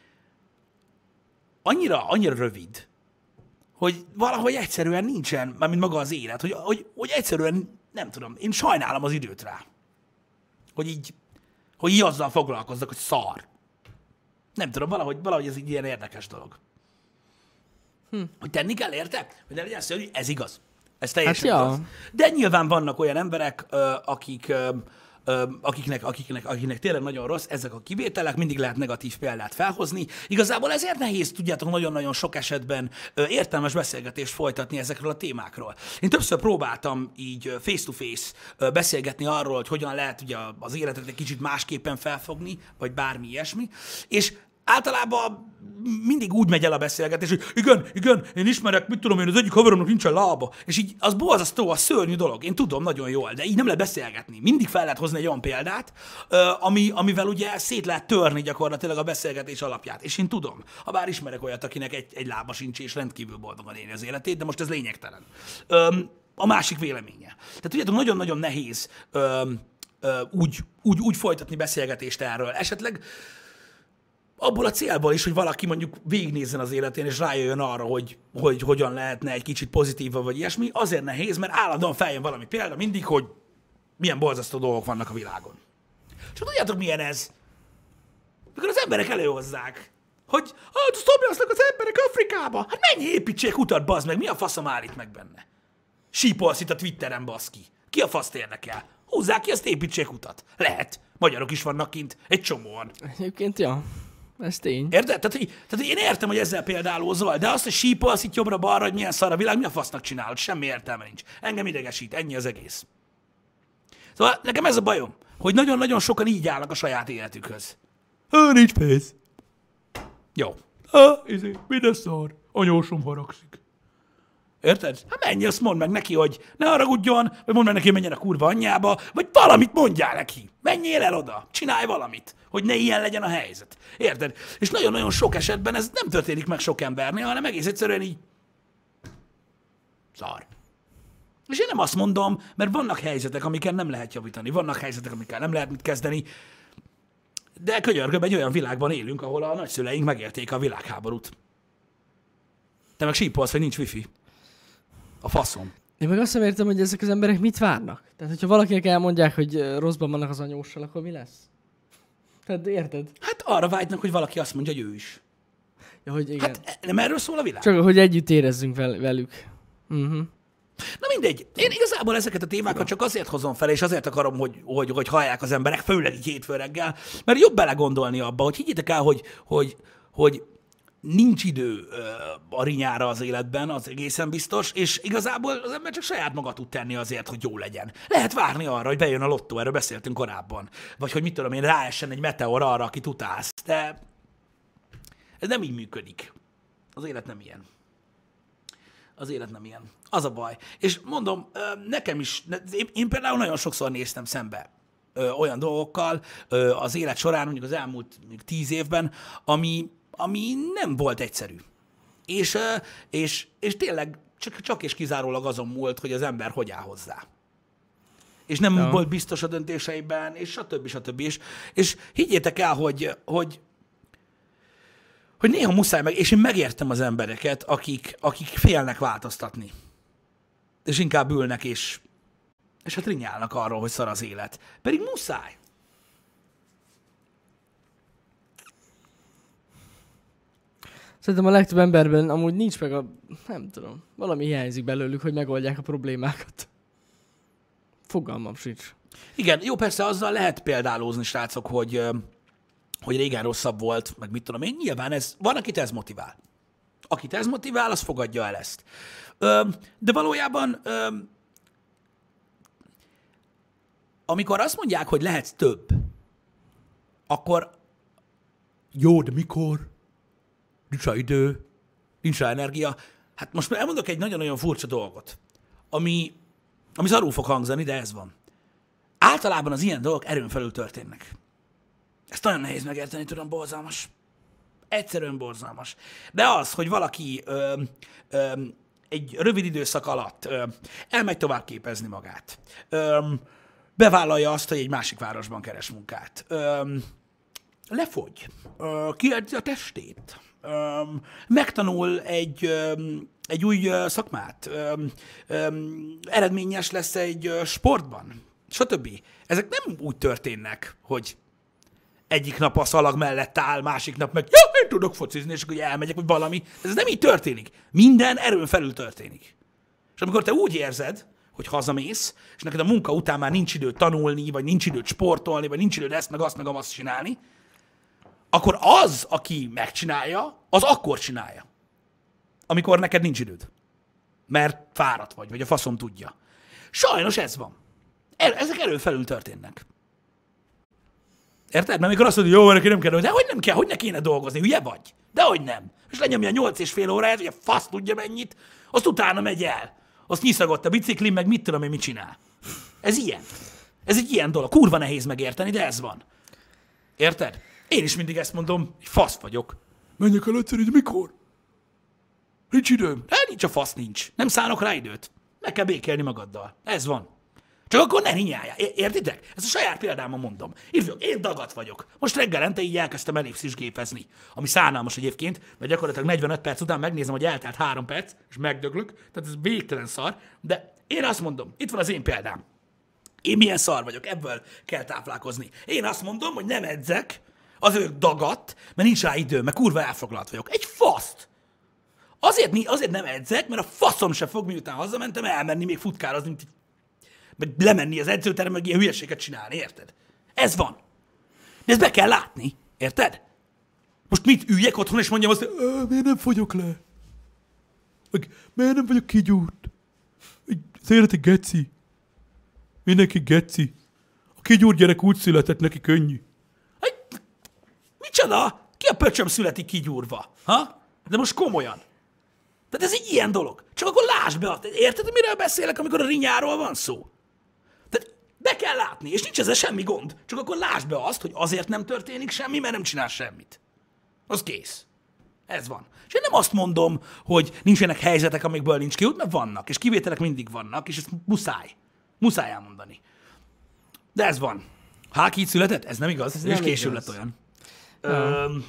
Speaker 1: annyira, annyira rövid, hogy valahogy egyszerűen nincsen, mármint maga az élet, hogy, hogy, hogy egyszerűen, nem tudom, én sajnálom az időt rá. Hogy így, hogy így azzal foglalkozzak, hogy szar. Nem tudom, valahogy, valahogy ez így ilyen érdekes dolog. Hm. Hogy tenni kell, érte? Hogy ne legyen szörnyű, ez igaz. Ez teljesen hát igaz. Ja. De nyilván vannak olyan emberek, akik, akiknek, akiknek, akiknek tényleg nagyon rossz, ezek a kivételek, mindig lehet negatív példát felhozni. Igazából ezért nehéz, tudjátok, nagyon-nagyon sok esetben értelmes beszélgetést folytatni ezekről a témákról. Én többször próbáltam így face-to-face beszélgetni arról, hogy hogyan lehet ugye az életet egy kicsit másképpen felfogni, vagy bármi ilyesmi, és általában mindig úgy megy el a beszélgetés, hogy igen, igen, én ismerek, mit tudom én, az egyik haveromnak nincsen lába, és így az borzasztó, a szörnyű dolog, én tudom nagyon jól, de így nem lehet beszélgetni. Mindig fel lehet hozni egy olyan példát, ami, amivel ugye szét lehet törni gyakorlatilag a beszélgetés alapját, és én tudom, ha bár ismerek olyat, akinek egy, egy lába sincs, és rendkívül boldogan éli az életét, de most ez lényegtelen. A másik véleménye. Tehát tudjátok, nagyon-nagyon nehéz úgy, úgy, úgy folytatni beszélgetést erről. Esetleg abból a célból is, hogy valaki mondjuk végignézzen az életén, és rájöjjön arra, hogy, hogy hogyan lehetne egy kicsit pozitívabb, vagy ilyesmi, azért nehéz, mert állandóan feljön valami példa mindig, hogy milyen borzasztó dolgok vannak a világon. És tudjátok, milyen ez? Mikor az emberek előhozzák, hogy hát szomjaznak az emberek Afrikába, hát menj építsék utat, bazd meg, mi a faszom áll itt meg benne? Sípolsz itt a Twitteren, baszki. Ki a faszt érdekel? Húzzák ki, azt építsék utat. Lehet. Magyarok is vannak kint, egy csomóan.
Speaker 2: Egyébként, ja. Ez tény.
Speaker 1: Érted? Tehát, hogy, tehát hogy én értem, hogy ezzel példálózol, de azt, hogy sípolsz itt jobbra-balra, hogy milyen szar a világ, mi a fasznak csinálod? Semmi értelme nincs. Engem idegesít, ennyi az egész. Szóval nekem ez a bajom, hogy nagyon-nagyon sokan így állnak a saját életükhöz. Ha, nincs pénz. Jó. Ha, izé, minden szar. Anyósom haragszik. Érted? Hát menj, azt mondd meg neki, hogy ne haragudjon, vagy mondd meg neki, hogy menjen a kurva anyjába, vagy valamit mondjál neki. Menjél el oda, csinálj valamit, hogy ne ilyen legyen a helyzet. Érted? És nagyon-nagyon sok esetben ez nem történik meg sok embernél, hanem egész egyszerűen így szar. És én nem azt mondom, mert vannak helyzetek, amiken nem lehet javítani, vannak helyzetek, amikkel nem lehet mit kezdeni, de könyörgöm, egy olyan világban élünk, ahol a nagyszüleink megérték a világháborút. Te meg sípolsz, hogy nincs wifi. A faszom.
Speaker 2: Én meg azt sem értem, hogy ezek az emberek mit várnak. Tehát, hogyha valakinek elmondják, hogy rosszban vannak az anyóssal, akkor mi lesz? Tehát érted?
Speaker 1: Hát arra vágynak, hogy valaki azt mondja, hogy ő is.
Speaker 2: Ja, hogy igen.
Speaker 1: Hát nem erről szól a világ?
Speaker 2: Csak, hogy együtt érezzünk vel- velük. Uh-huh.
Speaker 1: Na mindegy. Én igazából ezeket a témákat csak azért hozom fel, és azért akarom, hogy, hogy, hogy hallják az emberek, főleg így hétfő reggel, mert jobb belegondolni abba, hogy higgyétek el, hogy, hogy, hogy nincs idő a rinyára az életben, az egészen biztos, és igazából az ember csak saját maga tud tenni azért, hogy jó legyen. Lehet várni arra, hogy bejön a lottó, erről beszéltünk korábban. Vagy hogy mit tudom én, ráessen egy meteor arra, akit utálsz. De ez nem így működik. Az élet nem ilyen. Az élet nem ilyen. Az a baj. És mondom, nekem is, én például nagyon sokszor néztem szembe olyan dolgokkal az élet során, mondjuk az elmúlt mondjuk tíz évben, ami ami nem volt egyszerű. És, és, és tényleg csak, csak és kizárólag azon múlt, hogy az ember hogy áll hozzá. És nem ja. volt biztos a döntéseiben, és stb. stb. És, és higgyétek el, hogy, hogy, hogy néha muszáj meg, és én megértem az embereket, akik, akik félnek változtatni. És inkább ülnek, és, és hát rinyálnak arról, hogy szar az élet. Pedig muszáj.
Speaker 2: Szerintem a legtöbb emberben amúgy nincs meg a, nem tudom, valami hiányzik belőlük, hogy megoldják a problémákat. Fogalmam sincs.
Speaker 1: Igen, jó, persze azzal lehet példálózni, srácok, hogy, hogy régen rosszabb volt, meg mit tudom én, nyilván ez, van, akit ez motivál. Akit ez motivál, az fogadja el ezt. De valójában, amikor azt mondják, hogy lehet több, akkor jó, de mikor? Nincs rá idő, nincs rá energia. Hát most már elmondok egy nagyon-nagyon furcsa dolgot, ami, ami szarul fog hangzani, de ez van. Általában az ilyen dolgok erőn felül történnek. Ezt nagyon nehéz megérteni, tudom, borzalmas. Egyszerűen borzalmas. De az, hogy valaki ö, ö, egy rövid időszak alatt ö, elmegy tovább képezni magát, ö, bevállalja azt, hogy egy másik városban keres munkát, ö, lefogy, ö, kiadja a testét, Öm, megtanul egy, öm, egy új ö, szakmát, öm, öm, eredményes lesz egy ö, sportban, stb. Ezek nem úgy történnek, hogy egyik nap a szalag mellett áll, másik nap meg, ja, én tudok focizni, és akkor elmegyek, vagy valami. Ez nem így történik. Minden erőn felül történik. És amikor te úgy érzed, hogy hazamész, és neked a munka után már nincs időt tanulni, vagy nincs időt sportolni, vagy nincs időt ezt, meg azt, meg azt csinálni, akkor az, aki megcsinálja, az akkor csinálja. Amikor neked nincs időd. Mert fáradt vagy, vagy a faszom tudja. Sajnos ez van. Ezek erőn felül történnek. Érted? Mert amikor azt mondod, hogy jó, mert neki nem kell, de hogy nem kell, hogy ne kéne dolgozni, hülye vagy? Dehogy nem. És lenyomja nyolc és fél óráját, hogy a fasz tudja mennyit, azt utána megy el. Azt nyiszagott a biciklin, meg mit tudom én, mit csinál. Ez ilyen. Ez egy ilyen dolog. Kurva nehéz megérteni, de ez van. Érted? Én is mindig ezt mondom, hogy fasz vagyok. Menjek el egyszer, de mikor? Nincs időm. Hát nincs a fasz, nincs. Nem szánok rá időt. Meg kell békélni magaddal. Ez van. Csak akkor ne rinyáljál. Értitek? Ezt a saját példámon mondom. Én, én dagat vagyok. Most reggelente így elkezdtem ellipszis gépezni. Ami szánalmas egyébként, mert gyakorlatilag negyvenöt perc után megnézem, hogy eltelt három perc, és megdöglök. Tehát ez végtelen szar. De én azt mondom, itt van az én példám. Én milyen szar vagyok, ebből kell táplálkozni. Én azt mondom, hogy nem edzek, azért dagadt, mert nincs rá idő, mert kurva elfoglalt vagyok. Egy faszt! Azért, azért nem edzek, mert a faszom se fog, miután hazamentem, elmenni még futkározni, vagy lemenni az edzőterembe, meg ilyen hülyeséget csinálni, érted? Ez van. De ezt be kell látni, érted? Most mit üljek otthon, és mondjam azt, hogy miért nem fogyok le? Meg miért nem vagyok kigyúrt? Az élet egy geci. Mindenki geci. A kigyúrt gyerek úgy született, neki könnyű. Hát, micsoda? Ki a pöcsöm születik kigyúrva? Ha? De most komolyan. Tehát ez egy ilyen dolog. Csak akkor lásd be azt. Érted, hogy miről beszélek, amikor a rinyáról van szó? Tehát be kell látni, és nincs ezzel semmi gond. Csak akkor lásd be azt, hogy azért nem történik semmi, mert nem csinál semmit. Az kész. Ez van. És én nem azt mondom, hogy nincsenek helyzetek, amikből nincs kiút, mert vannak, és kivételek mindig vannak, és ezt muszáj. Muszáj elmondani. De ez van. Háki így született? Ez nem igaz. Ez és később lett olyan. Öm,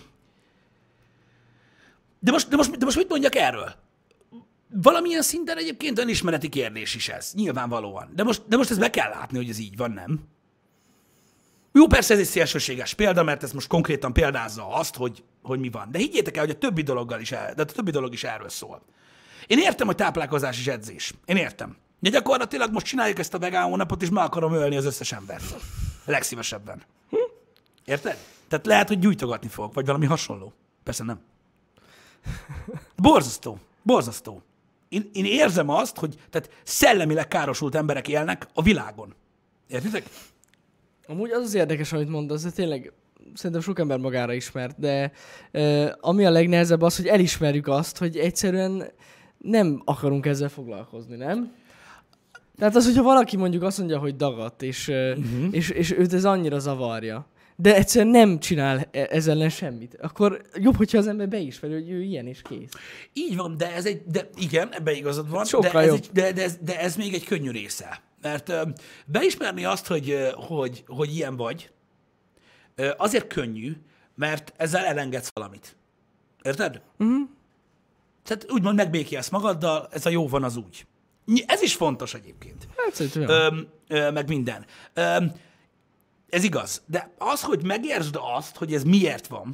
Speaker 1: de, most, de, most, de most mit mondjak erről? Valamilyen szinten egyébként önismereti kérdés is ez. Nyilvánvalóan. De most, de most ezt be kell látni, hogy ez így van, nem? Jó, persze ez egy szélsőséges példa, mert ez most konkrétan példázza azt, hogy, hogy mi van. De higgyétek el, hogy a többi dologgal is el, de a többi dolog is erről szól. Én értem, hogy táplálkozás és edzés. Én értem. De gyakorlatilag most csináljuk ezt a vegán hónapot, és meg akarom ölni az összes embert. Legszívesebben. Érted? Tehát lehet, hogy gyújtogatni fogok, vagy valami hasonló. Persze nem. Borzasztó. Borzasztó. Én, én érzem azt, hogy tehát szellemileg károsult emberek élnek a világon. Értitek?
Speaker 2: Amúgy az az érdekes, amit mondasz, de tényleg szerintem sok ember magára ismert, de uh, ami a legnehezebb az, hogy elismerjük azt, hogy egyszerűen nem akarunk ezzel foglalkozni, nem? Tehát az, hogyha valaki mondjuk azt mondja, hogy dagadt, és, uh-huh. és, és őt ez annyira zavarja, de egyszerűen nem csinál ezzel ellen semmit, akkor jobb, hogyha az ember beismeri, hogy ő ilyen és kész.
Speaker 1: Így van, de ez egy, de igen, ebben igazad van,
Speaker 2: sokkal
Speaker 1: de ez,
Speaker 2: jobb.
Speaker 1: egy, de, de, ez, de ez még egy könnyű része. Mert uh, beismerni azt, hogy, uh, hogy, hogy ilyen vagy, uh, azért könnyű, mert ezzel elengedsz valamit. Érted?
Speaker 2: Uh-huh.
Speaker 1: Tehát úgymond megbékélsz magaddal, ez a jó van az úgy. Ez is fontos egyébként.
Speaker 2: Hát szerintem
Speaker 1: Öm, ö, meg minden. Öm, ez igaz. De az, hogy megértsd azt, hogy ez miért van,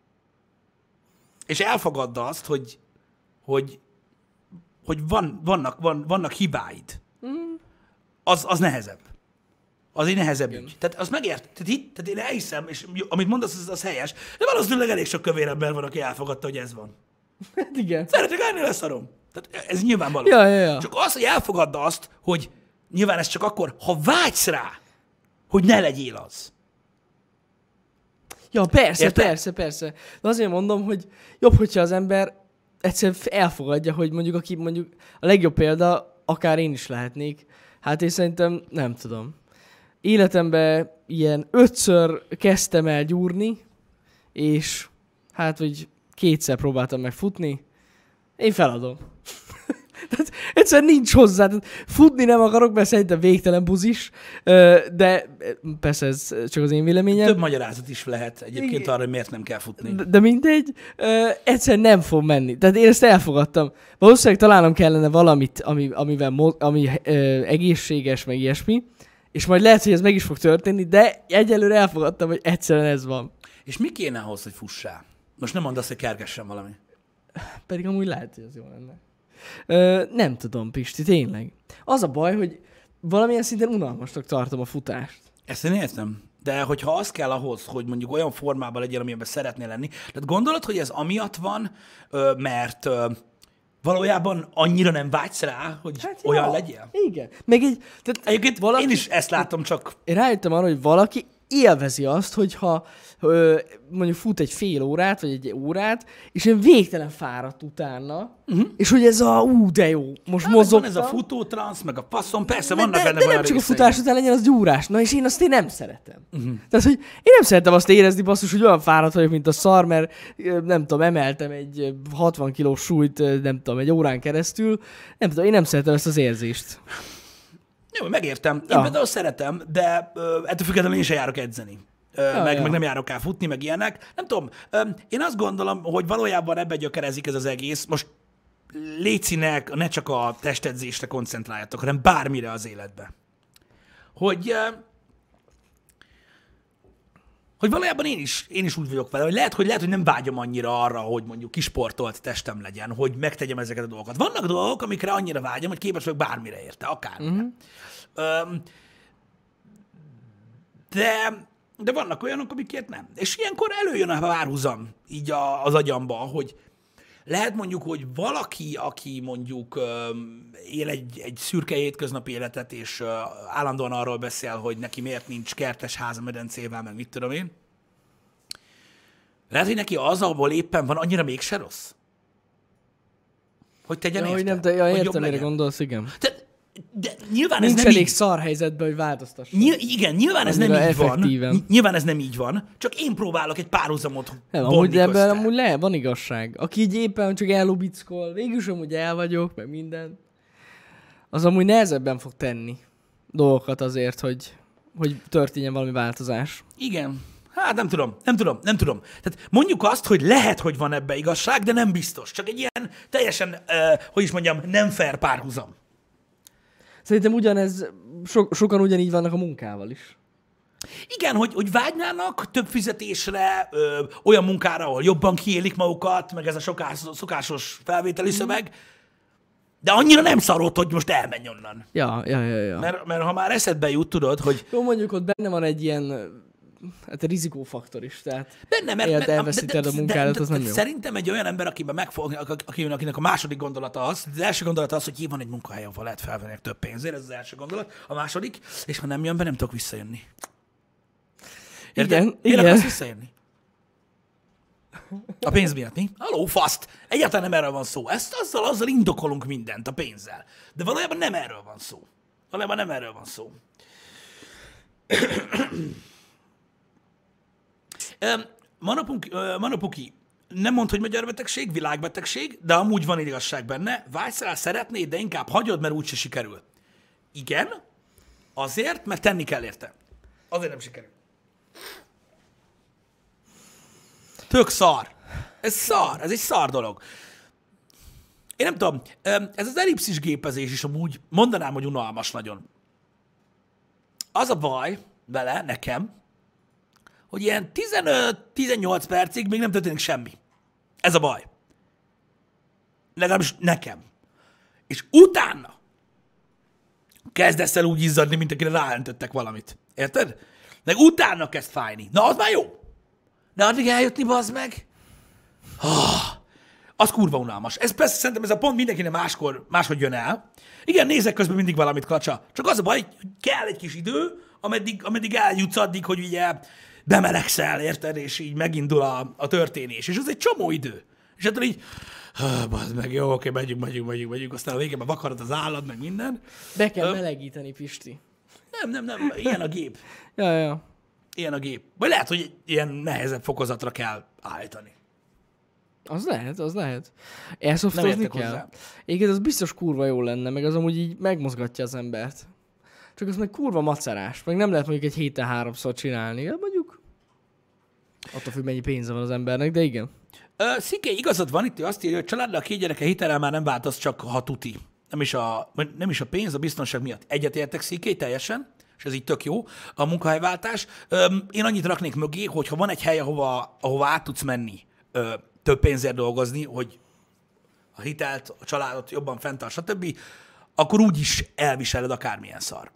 Speaker 1: és elfogadd azt, hogy, hogy, hogy van, vannak, van, vannak hibáid, mm. az, az nehezebb. Az egy nehezebb
Speaker 2: Igen.
Speaker 1: ügy. Tehát azt megért, tehát, itt, tehát én elhiszem, és amit mondasz, az, az helyes, de valószínűleg elég sok kövér ember van, aki elfogadta, hogy ez van.
Speaker 2: Hát igen.
Speaker 1: Szeretek ennél leszarom. Tehát ez nyilvánvaló.
Speaker 2: Ja, ja, ja.
Speaker 1: Csak az, hogy elfogadd azt, hogy nyilván ez csak akkor, ha vágysz rá, hogy ne legyél az.
Speaker 2: Ja, persze,
Speaker 1: Érted?
Speaker 2: persze, persze. De azért mondom, hogy jobb, hogyha az ember egyszerűen elfogadja, hogy mondjuk, aki mondjuk a legjobb példa, akár én is lehetnék. Hát én szerintem, nem tudom. Életemben ilyen ötször kezdtem el gyúrni, és hát, hogy kétszer próbáltam meg futni, én feladom. Tehát egyszerűen nincs hozzá. Tehát futni nem akarok, mert szerintem végtelen buzis, de persze ez csak az én véleményem.
Speaker 1: Több magyarázat is lehet egyébként
Speaker 2: Igen.
Speaker 1: arra, hogy miért nem kell futni.
Speaker 2: De, de mindegy, egyszerűen nem fog menni. Tehát én ezt elfogadtam. Valószínűleg találnom kellene valamit, ami, amivel mo- ami ö, egészséges, meg ilyesmi, és majd lehet, hogy ez meg is fog történni, de egyelőre elfogadtam, hogy egyszerűen ez van.
Speaker 1: És mi kéne ahhoz, hogy fussál? Most nem mondd azt, hogy kergessen valami.
Speaker 2: Pedig amúgy lehet, hogy az jó lenne. Ö, nem tudom, Pisti, tényleg. Az a baj, hogy valamilyen szinten unalmasnak tartom a futást.
Speaker 1: Ezt én értem. De hogyha az kell ahhoz, hogy mondjuk olyan formában legyél, amilyenben szeretnél lenni, tehát gondolod, hogy ez amiatt van, mert valójában annyira nem vágysz rá, hogy hát olyan
Speaker 2: ja,
Speaker 1: legyél?
Speaker 2: Igen. Meg egy, tehát
Speaker 1: Egyébként
Speaker 2: valaki,
Speaker 1: én is ezt látom, csak...
Speaker 2: Én rájöttem arra, hogy valaki élvezi azt, hogyha ö, mondjuk fut egy fél órát, vagy egy órát, és én végtelen fáradt utána, uh-huh. és hogy ez a, ú, de jó, most
Speaker 1: Hát,
Speaker 2: mozogtam.
Speaker 1: van ez a futótransz, meg a passzon, persze
Speaker 2: de,
Speaker 1: vannak
Speaker 2: de,
Speaker 1: benne
Speaker 2: de
Speaker 1: olyan
Speaker 2: nem csak a
Speaker 1: részei.
Speaker 2: futás után legyen az gyúrás. Na és én azt én nem szeretem. Uh-huh. Tehát, hogy én nem szeretem azt érezni, basszus, hogy olyan fáradt vagyok, mint a szar, mert nem tudom, emeltem egy hatvan kilós súlyt, nem tudom, egy órán keresztül. Nem tudom, én nem szeretem ezt az érzést.
Speaker 1: Jó, megértem. Én
Speaker 2: Ja.
Speaker 1: például szeretem, de ö, ettől függetlenül én sem járok edzeni. Ö,
Speaker 2: Ja,
Speaker 1: meg,
Speaker 2: ja.
Speaker 1: meg nem járok el futni, meg ilyenek. Nem tudom, ö, én azt gondolom, hogy valójában ebbe gyökerezik ez az egész. Most létszinek, ne csak a testedzésre koncentráljatok, hanem bármire az életbe. Hogy, ö, hogy valójában én is, én is úgy vagyok vele, hogy lehet, hogy lehet, hogy nem vágyom annyira arra, hogy mondjuk kisportolt testem legyen, hogy megtegyem ezeket a dolgokat. Vannak dolgok, amikre annyira vágyom, hogy képes vagyok bármire érte, akármire. Uh-huh. Öm, de de vannak olyanok, amikért nem. És ilyenkor előjön a párhuzam így a, az agyamba, hogy lehet mondjuk, hogy valaki, aki mondjuk öm, él egy, egy szürke hétköznapi életet, és ö, állandóan arról beszél, hogy neki miért nincs kertes háza medencével, meg mit tudom én. Lehet, hogy neki az, ahol éppen van, annyira mégse rossz. Hogy tegyen
Speaker 2: Ja,
Speaker 1: érte?
Speaker 2: hogy nem te, ja,
Speaker 1: Hogy
Speaker 2: értem,
Speaker 1: jobb
Speaker 2: mire
Speaker 1: legyen.
Speaker 2: gondolsz, igen.
Speaker 1: Te, de nyilván
Speaker 2: Nincs
Speaker 1: ez nem
Speaker 2: elég
Speaker 1: így...
Speaker 2: szar helyzetben, hogy változtasson.
Speaker 1: Nyil, igen, nyilván ez
Speaker 2: Annyira
Speaker 1: nem így
Speaker 2: effektíven.
Speaker 1: van. Ny- Nyilván ez nem így van. Csak én próbálok egy párhuzamot
Speaker 2: Nem,
Speaker 1: vonni
Speaker 2: amúgy ebben
Speaker 1: közte.
Speaker 2: amúgy le, van igazság. Aki így éppen csak ellubickol, végülis amúgy el vagyok, meg minden, az amúgy nehezebben fog tenni dolgokat azért, hogy, hogy történjen valami változás.
Speaker 1: Igen. Hát nem tudom, nem tudom, nem tudom. Tehát mondjuk azt, hogy lehet, hogy van ebbe igazság, de nem biztos. Csak egy ilyen teljesen, uh, hogy is mondjam, nem fair párhuzam.
Speaker 2: Szerintem ugyanez, so, sokan ugyanígy vannak a munkával is.
Speaker 1: Igen, hogy, hogy vágynának több fizetésre, ö, olyan munkára, ahol jobban kiélik magukat, meg ez a sokás, szokásos felvételi szöveg, de annyira nem szarott, hogy most elmenj onnan.
Speaker 2: Ja, ja, ja, ja.
Speaker 1: Mert, mert ha már eszedbe jut, tudod, hogy
Speaker 2: Jó, mondjuk ott benne van egy ilyen, hát a rizikófaktor is, tehát
Speaker 1: benne, mert,
Speaker 2: Élet
Speaker 1: mert
Speaker 2: elveszíted a munkádat, az nem jó.
Speaker 1: Szerintem egy olyan ember, akiben megfog, akinek, akinek a második gondolata az, az első gondolata az, hogy jé, van egy munkahely, ahol lehet felvenni több pénzért, ez az első gondolat. A második, és ha nem jön be, nem tudok visszajönni. Érted?
Speaker 2: Igen,
Speaker 1: Miért
Speaker 2: igen.
Speaker 1: akarsz visszajönni? A pénz miatt, mi? Haló, faszt! Egyáltalán nem erről van szó. Ezt azzal, azzal indokolunk mindent a pénzzel. De valójában nem erről van szó. Valójában nem erről van szó. Manapunk, Manapuki nem mond, hogy magyar betegség, világbetegség, de amúgy van igazság benne. Vágysz rá, szeretnéd, de inkább hagyod, mert úgyse sikerül. Igen, azért, mert tenni kell érte. Azért nem sikerül. Tök szar. Ez szar, ez egy szar dolog. Én nem tudom, ez az ellipszis gépezés is amúgy mondanám, hogy unalmas nagyon. Az a baj vele, nekem, hogy ilyen tizenöt-tizennyolc percig még nem történik semmi. Ez a baj. Legalábbis nekem. És utána kezdesz el úgy izzadni, mint akire ráöntöttek valamit. Érted? Meg utána kezd fájni. Na, az már jó. De addig eljutni, bazd meg. Oh, az kurva unalmas. Ez persze szerintem ez a pont mindenkinek máskor, máshogy jön el. Igen, nézek közben mindig valamit, kacsa. Csak az a baj, hogy kell egy kis idő, ameddig, ameddig eljutsz addig, hogy ugye bemelegszel, érted, és így megindul a, a történés. És az egy csomó idő. És hát így, bazd meg, jó, oké, megyünk, megyünk, megyünk, megyünk, aztán a végén vakarod az állat, meg minden.
Speaker 2: be kell
Speaker 1: Ö,
Speaker 2: melegíteni, Pisti.
Speaker 1: Nem, nem, nem, ilyen a gép.
Speaker 2: Ja, ja.
Speaker 1: Ilyen a gép. Vagy lehet, hogy ilyen nehezebb fokozatra kell állítani.
Speaker 2: Az lehet, az lehet.
Speaker 1: Nem
Speaker 2: Airsoftozni
Speaker 1: értek
Speaker 2: kell.
Speaker 1: hozzá.
Speaker 2: Igen, az biztos kurva jó lenne, meg az amúgy így megmozgatja az embert. Csak az meg kurva macerás, meg nem lehet mondjuk egy héten háromszor csinálni. Ja, mondjuk attól függ, mennyi pénze van az embernek, de igen.
Speaker 1: Ö, Szike, igazad van, itt ő azt írja, hogy családdal két gyereke hitelel már nem változ, csak ha tuti. Nem is a, nem is a pénz, a biztonság miatt. Egyetértek, Szike, teljesen, és ez így tök jó, a munkahelyváltás. Ö, én annyit raknék mögé, hogy ha van egy hely, ahova, ahova át tudsz menni, ö, több pénzért dolgozni, hogy a hitelt, a családot jobban fenntart, stb., akkor úgy is elviseled akármilyen szar.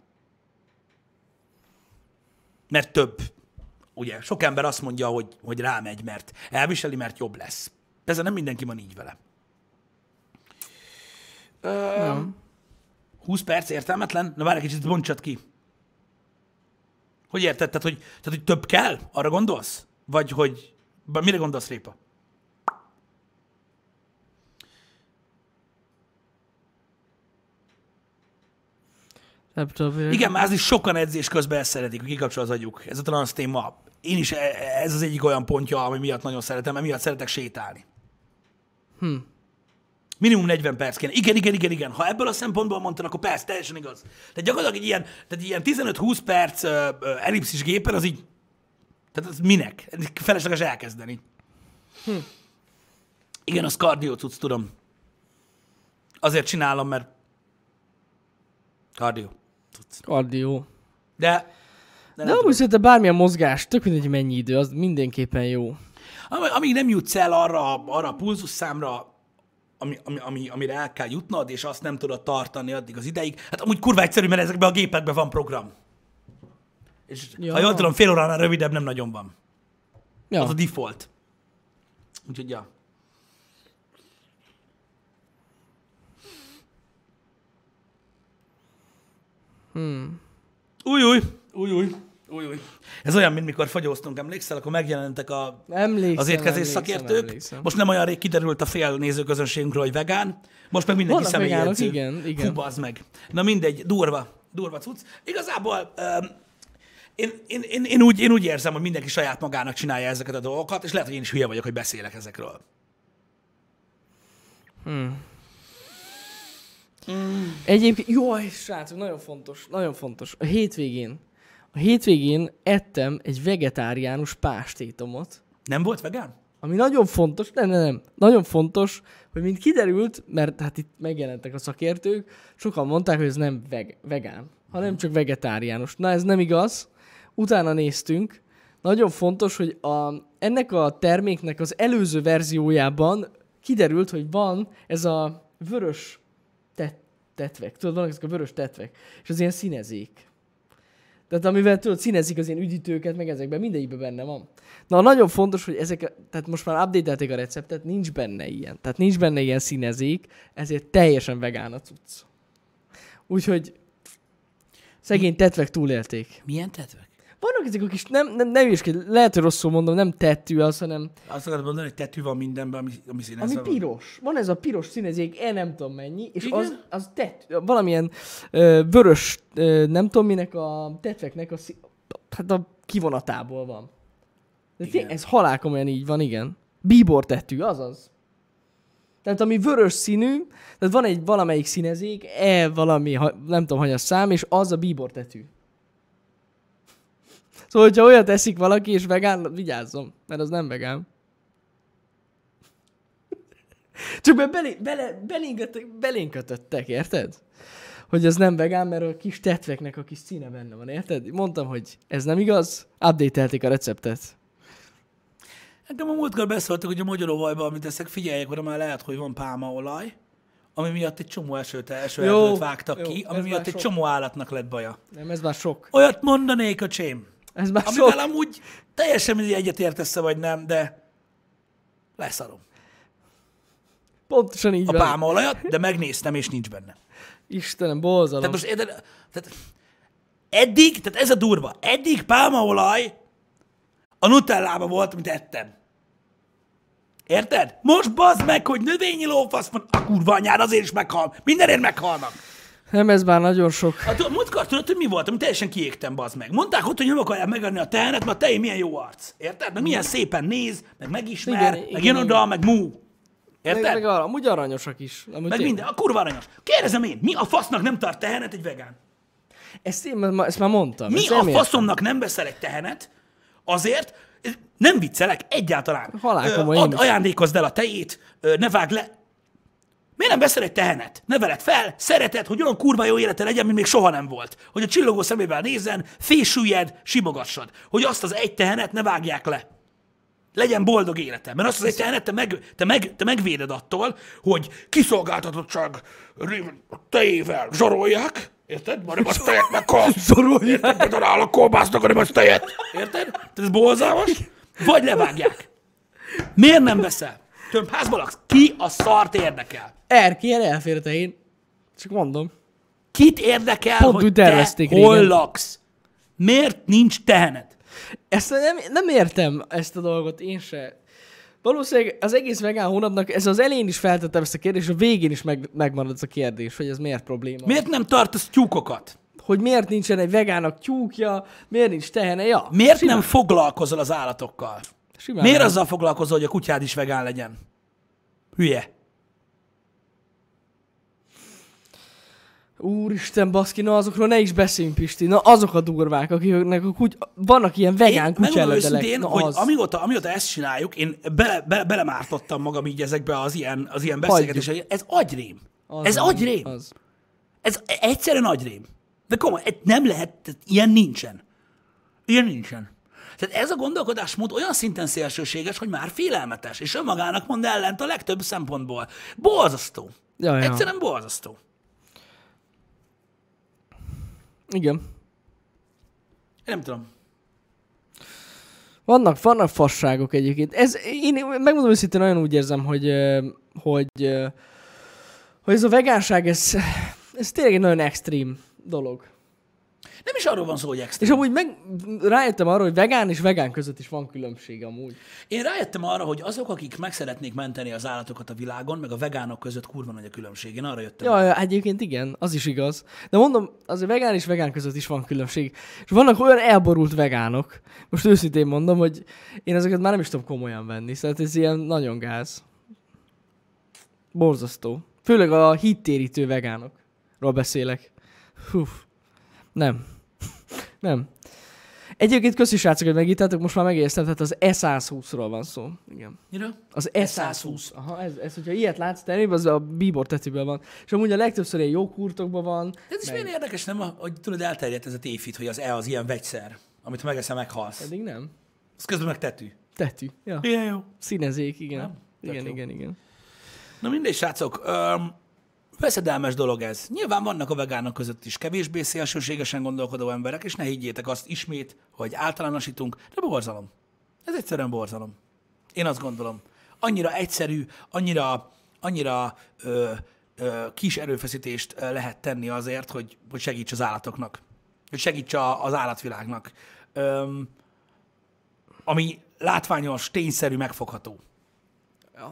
Speaker 1: Mert több. Ugye, sok ember azt mondja, hogy, hogy rámegy, mert elviseli, mert jobb lesz. Persze nem mindenki van így vele. Ö, húsz perc értelmetlen? Na várj egy kicsit, bontsad ki. Hogy érted? Tehát hogy, tehát, hogy több kell? Arra gondolsz? Vagy hogy... Mire gondolsz, Répa? Igen, már az is sokan edzés közben ezt szeretik, hogy kikapcsol az agyuk. Ez a transz téma. Én is, ez az egyik olyan pontja, ami miatt nagyon szeretem, mert miatt szeretek sétálni.
Speaker 2: Hm.
Speaker 1: Minimum negyven perc kéne. Igen, igen, igen, igen. Ha ebből a szempontból mondtad, akkor persze, teljesen igaz. Tehát gyakorlatilag egy ilyen, tehát ilyen tizenöt-húsz perc uh, uh, ellipszis gépen, az így, tehát az minek? Felesleges elkezdeni.
Speaker 2: Hm.
Speaker 1: Igen, az kardió cucc, tudom. Azért csinálom, mert kardió cucc.
Speaker 2: Kardió.
Speaker 1: De...
Speaker 2: De, de amúgy szerintem bármilyen mozgás, tök mindegy mennyi idő, az mindenképpen jó.
Speaker 1: Amíg nem jutsz el arra, arra a pulzusszámra, ami, ami, ami, amire el kell jutnod, és azt nem tudod tartani addig az ideig. Hát amúgy kurva egyszerű, mert ezekben a gépekben van program. És
Speaker 2: Ja.
Speaker 1: ha jól tudom, fél óránál rövidebb nem nagyon van.
Speaker 2: Ja.
Speaker 1: Az a default. Úgyhogy, ja.
Speaker 2: Hmm.
Speaker 1: Új, új, új, új, új, új. Ez olyan, mint mikor fagyóztunk, emlékszel, akkor megjelentek a,
Speaker 2: Emlékszem,
Speaker 1: az étkezés
Speaker 2: emlékszem,
Speaker 1: szakértők.
Speaker 2: emlékszem.
Speaker 1: Most nem olyan rég kiderült a fél nézőközönségünkről, hogy vegán. Most meg mindenki
Speaker 2: Vannak
Speaker 1: személyi
Speaker 2: vegánok,
Speaker 1: edző.
Speaker 2: igen, igen.
Speaker 1: Fú, bazd meg. Na mindegy, durva, durva cucc. Igazából um, én, én, én, én, úgy, én úgy érzem, hogy mindenki saját magának csinálja ezeket a dolgokat, és lehet, hogy én is hülye vagyok, hogy beszélek ezekről.
Speaker 2: Hmm. Hmm. Egyébként, jaj, srácok, nagyon fontos, nagyon fontos. A hétvégén, a hétvégén ettem egy vegetáriánus pástétomot,
Speaker 1: Nem volt vegán?
Speaker 2: ami nagyon fontos, nem, nem, nem, nagyon fontos, hogy mint kiderült, mert hát itt megjelentek a szakértők, sokan mondták, hogy ez nem veg- vegán, hanem csak vegetáriánus. Na ez nem igaz, utána néztünk, nagyon fontos, hogy a, ennek a terméknek az előző verziójában kiderült, hogy van ez a vörös tet- tetvek, tudod, vannak ezek a vörös tetvek, és az ilyen színezék. Tehát amivel tudod, színezik az ilyen üdítőket, meg ezekben, mindegyikben benne van. Na, nagyon fontos, hogy ezek, tehát most már update-elték a receptet, nincs benne ilyen. Tehát nincs benne ilyen színezék, ezért teljesen vegán a cucc. Úgyhogy szegény tetvek túlélték.
Speaker 1: Milyen tetvek?
Speaker 2: Vannak ezek a kis, nem, nem, nem is, lehet, hogy rosszul mondom, nem tettű az, hanem
Speaker 1: Azt akarod mondani, hogy tetű van mindenben, ami, ami színezve
Speaker 2: ami
Speaker 1: van.
Speaker 2: piros. Van ez a piros színezék, el nem tudom mennyi, és
Speaker 1: Igen?
Speaker 2: az, az tettű, valamilyen ö, vörös, ö, nem tudom minek a tetveknek a, szí- hát a kivonatából van. De
Speaker 1: Igen.
Speaker 2: tény, ez halálkomolyan így van, igen. Bíbor tettű, azaz. Tehát ami vörös színű, tehát van egy valamelyik színezék, E valami, ha, nem tudom, hogy a szám, és az a bíbor tettű. Szóval, hogyha olyat eszik valaki, és vegán, vigyázzon, mert az nem vegán. Csak be belé, bele, belénk, belénk kötöttek, érted? Hogy ez nem vegán, mert a kis tetveknek a kis színe benne van, érted? Mondtam, hogy ez nem igaz, update-elték a receptet.
Speaker 1: Engem a múltkor beszéltek, hogy a magyaróvajban, amit eszek, figyeljek, oda már lehet, hogy van pálmaolaj, ami miatt egy csomó esőt, eső
Speaker 2: Jó,
Speaker 1: erdőt vágtak
Speaker 2: jó,
Speaker 1: ki,
Speaker 2: ez
Speaker 1: ami miatt
Speaker 2: már
Speaker 1: egy
Speaker 2: sok.
Speaker 1: csomó állatnak lett baja.
Speaker 2: Nem, ez már sok.
Speaker 1: Olyat mondanék, öcsém,
Speaker 2: Ez már
Speaker 1: amivel
Speaker 2: sok.
Speaker 1: amúgy teljesen mindig egyetértesz vagy nem, de leszarom.
Speaker 2: Pontosan így
Speaker 1: A
Speaker 2: van.
Speaker 1: pálmaolajat, de megnéztem, és nincs benne.
Speaker 2: Istenem, bolzalom.
Speaker 1: Tehát most érted, tehát eddig, tehát ez a durva, eddig pálmaolaj a nutellában volt, amit ettem. Érted? Most bazd meg, hogy növényi lófasz van, a kurva anyád azért is meghal. Mindenért meghalnak.
Speaker 2: Nem, ez már nagyon sok.
Speaker 1: A múltkor tudod, hogy mi volt, amit teljesen kiégtem, bazd meg. Mondták ott, hogy nem akarják megadni a tehenet, mert a tej milyen jó arc. Érted? Meg milyen szépen néz, meg megismer,
Speaker 2: Igen,
Speaker 1: meg
Speaker 2: igen,
Speaker 1: jön oda,
Speaker 2: igen.
Speaker 1: meg mú. Érted?
Speaker 2: Meg, meg arra, amúgy aranyosak is. Amúgy
Speaker 1: Meg
Speaker 2: tényleg.
Speaker 1: minden, a kurva aranyos. Kérdezem én, mi a fasznak nem tart tehenet egy vegán?
Speaker 2: Ezt, én, ma- ezt már mondtam.
Speaker 1: Mi
Speaker 2: ezt
Speaker 1: a
Speaker 2: nem értem.
Speaker 1: faszomnak nem veszel egy tehenet azért, nem viccelek, egyáltalán.
Speaker 2: Halálkomoly,
Speaker 1: Ö,
Speaker 2: én
Speaker 1: Ad,
Speaker 2: is.
Speaker 1: ajándékozd el a tejét, ö, ne vágd le. Miért nem veszel egy tehenet? Neveled fel, szereted, hogy olyan kurva jó élete legyen, mint még soha nem volt. Hogy a csillogó szemével nézzen, fésüljed, simogassad. Hogy azt az egy tehenet ne vágják le. Legyen boldog élete. Mert azt az egy tehenet te, meg, te, meg, te megvéded attól, hogy kiszolgáltatottság révén a tejével zsarolják. Érted? Már nem az tejet meghal.
Speaker 2: Zsarolják.
Speaker 1: Érted? Bedarál a kolbásznak, hanem az tejet. Érted? Tehát ez borzalmas. Vagy levágják. Miért nem veszel? Több házban laksz. Ki a szart érdekel?
Speaker 2: Erkélyen elfér a én. Csak mondom.
Speaker 1: Kit érdekel,
Speaker 2: Pont
Speaker 1: hogy
Speaker 2: úgy
Speaker 1: te
Speaker 2: tervezték
Speaker 1: hol
Speaker 2: régen.
Speaker 1: laksz? Miért nincs tehened?
Speaker 2: Ezt nem, nem értem, ezt a dolgot, én se. Valószínűleg az egész vegán hónapnak, ez az elején is feltettem ezt a kérdést, és a végén is meg, megmarad ez a kérdés, hogy ez miért probléma.
Speaker 1: Miért nem tartasz tyúkokat?
Speaker 2: Hogy miért nincsen egy vegának tyúkja, miért nincs tehene, ja.
Speaker 1: Miért
Speaker 2: simán,
Speaker 1: nem foglalkozol az állatokkal?
Speaker 2: Simán
Speaker 1: Miért
Speaker 2: nem.
Speaker 1: azzal foglalkozol, hogy a kutyád is vegán legyen? Hülye.
Speaker 2: Úristen, baszki, na azokról ne is beszéljünk, Pisti. Na azok a durvák, akiknek a kuty... vannak ilyen vegán
Speaker 1: Én megmondom
Speaker 2: kutyeledelek.
Speaker 1: őszintén,
Speaker 2: Na
Speaker 1: hogy
Speaker 2: az.
Speaker 1: amióta, amióta ezt csináljuk, én bele, bele, belemártottam magam így ezekbe az ilyen, az ilyen beszélgetésekbe. Ez agyrém.
Speaker 2: Az
Speaker 1: Ez
Speaker 2: az,
Speaker 1: agyrém.
Speaker 2: Az.
Speaker 1: Ez egyszerűen agyrém. De komoly, ez nem lehet, tehát ilyen nincsen. Ilyen nincsen. Tehát ez a gondolkodásmód olyan szinten szélsőséges, hogy már félelmetes, és önmagának mond ellent a legtöbb szempontból. Borzasztó.
Speaker 2: Ja, ja.
Speaker 1: Egyszerűen borzasztó.
Speaker 2: Igen.
Speaker 1: nem tudom.
Speaker 2: Vannak, vannak fasságok egyébként. Ez, én megmondom őszintén, nagyon úgy érzem, hogy, ö, hogy, ö, hogy ez a vegánság, ez, ez tényleg egy nagyon extrém dolog.
Speaker 1: Nem is arról van szó, hogy extrém.
Speaker 2: És amúgy meg rájöttem arra, hogy vegán és vegán között is van különbség amúgy.
Speaker 1: Én rájöttem arra, hogy azok, akik meg szeretnék menteni az állatokat a világon, meg a vegánok között kurva nagy a különbség. Én arra jöttem.
Speaker 2: Ja, ja, egyébként igen, az is igaz. De mondom, azért vegán és vegán között is van különbség. És vannak olyan elborult vegánok, most őszintén mondom, hogy én ezeket már nem is tudom komolyan venni. Szóval ez ilyen nagyon gáz. Borzasztó. Főleg a hittérítő vegánokról beszélek. Hú. Nem. Nem. Egyébként köszi srácok, hogy megírtátok, most már megéreztem, tehát az E száz húszról van szó. Igen.
Speaker 1: Mira?
Speaker 2: Az E száz húsz. Aha, ez, ez, hogyha ilyet látsz tenni, az a bíbor tetőből van. És amúgy a legtöbbször ilyen jó kurtokban van.
Speaker 1: De ez is
Speaker 2: meg...
Speaker 1: milyen érdekes, nem? Hogy tudod, elterjedt ez a tévhit, hogy az E az ilyen vegyszer, amit ha megeszel, meghalsz.
Speaker 2: Eddig nem.
Speaker 1: Az közben meg tetű.
Speaker 2: Tetű. Ja.
Speaker 1: Ilyen jó.
Speaker 2: Színezék, igen.
Speaker 1: Nem?
Speaker 2: Igen,
Speaker 1: jó.
Speaker 2: igen, igen.
Speaker 1: Na mindegy, srácok. Öm, veszedelmes dolog ez. Nyilván vannak a vegánok között is kevésbé szélsőségesen gondolkodó emberek, és ne higgyétek azt ismét, hogy általánosítunk, de borzalom. Ez egyszerűen borzalom. Én azt gondolom. Annyira egyszerű, annyira, annyira ö, ö, kis erőfeszítést lehet tenni azért, hogy, hogy segíts az állatoknak. Hogy segíts a, az állatvilágnak. Öm, ami látványos, tényszerű, megfogható.
Speaker 2: Ja.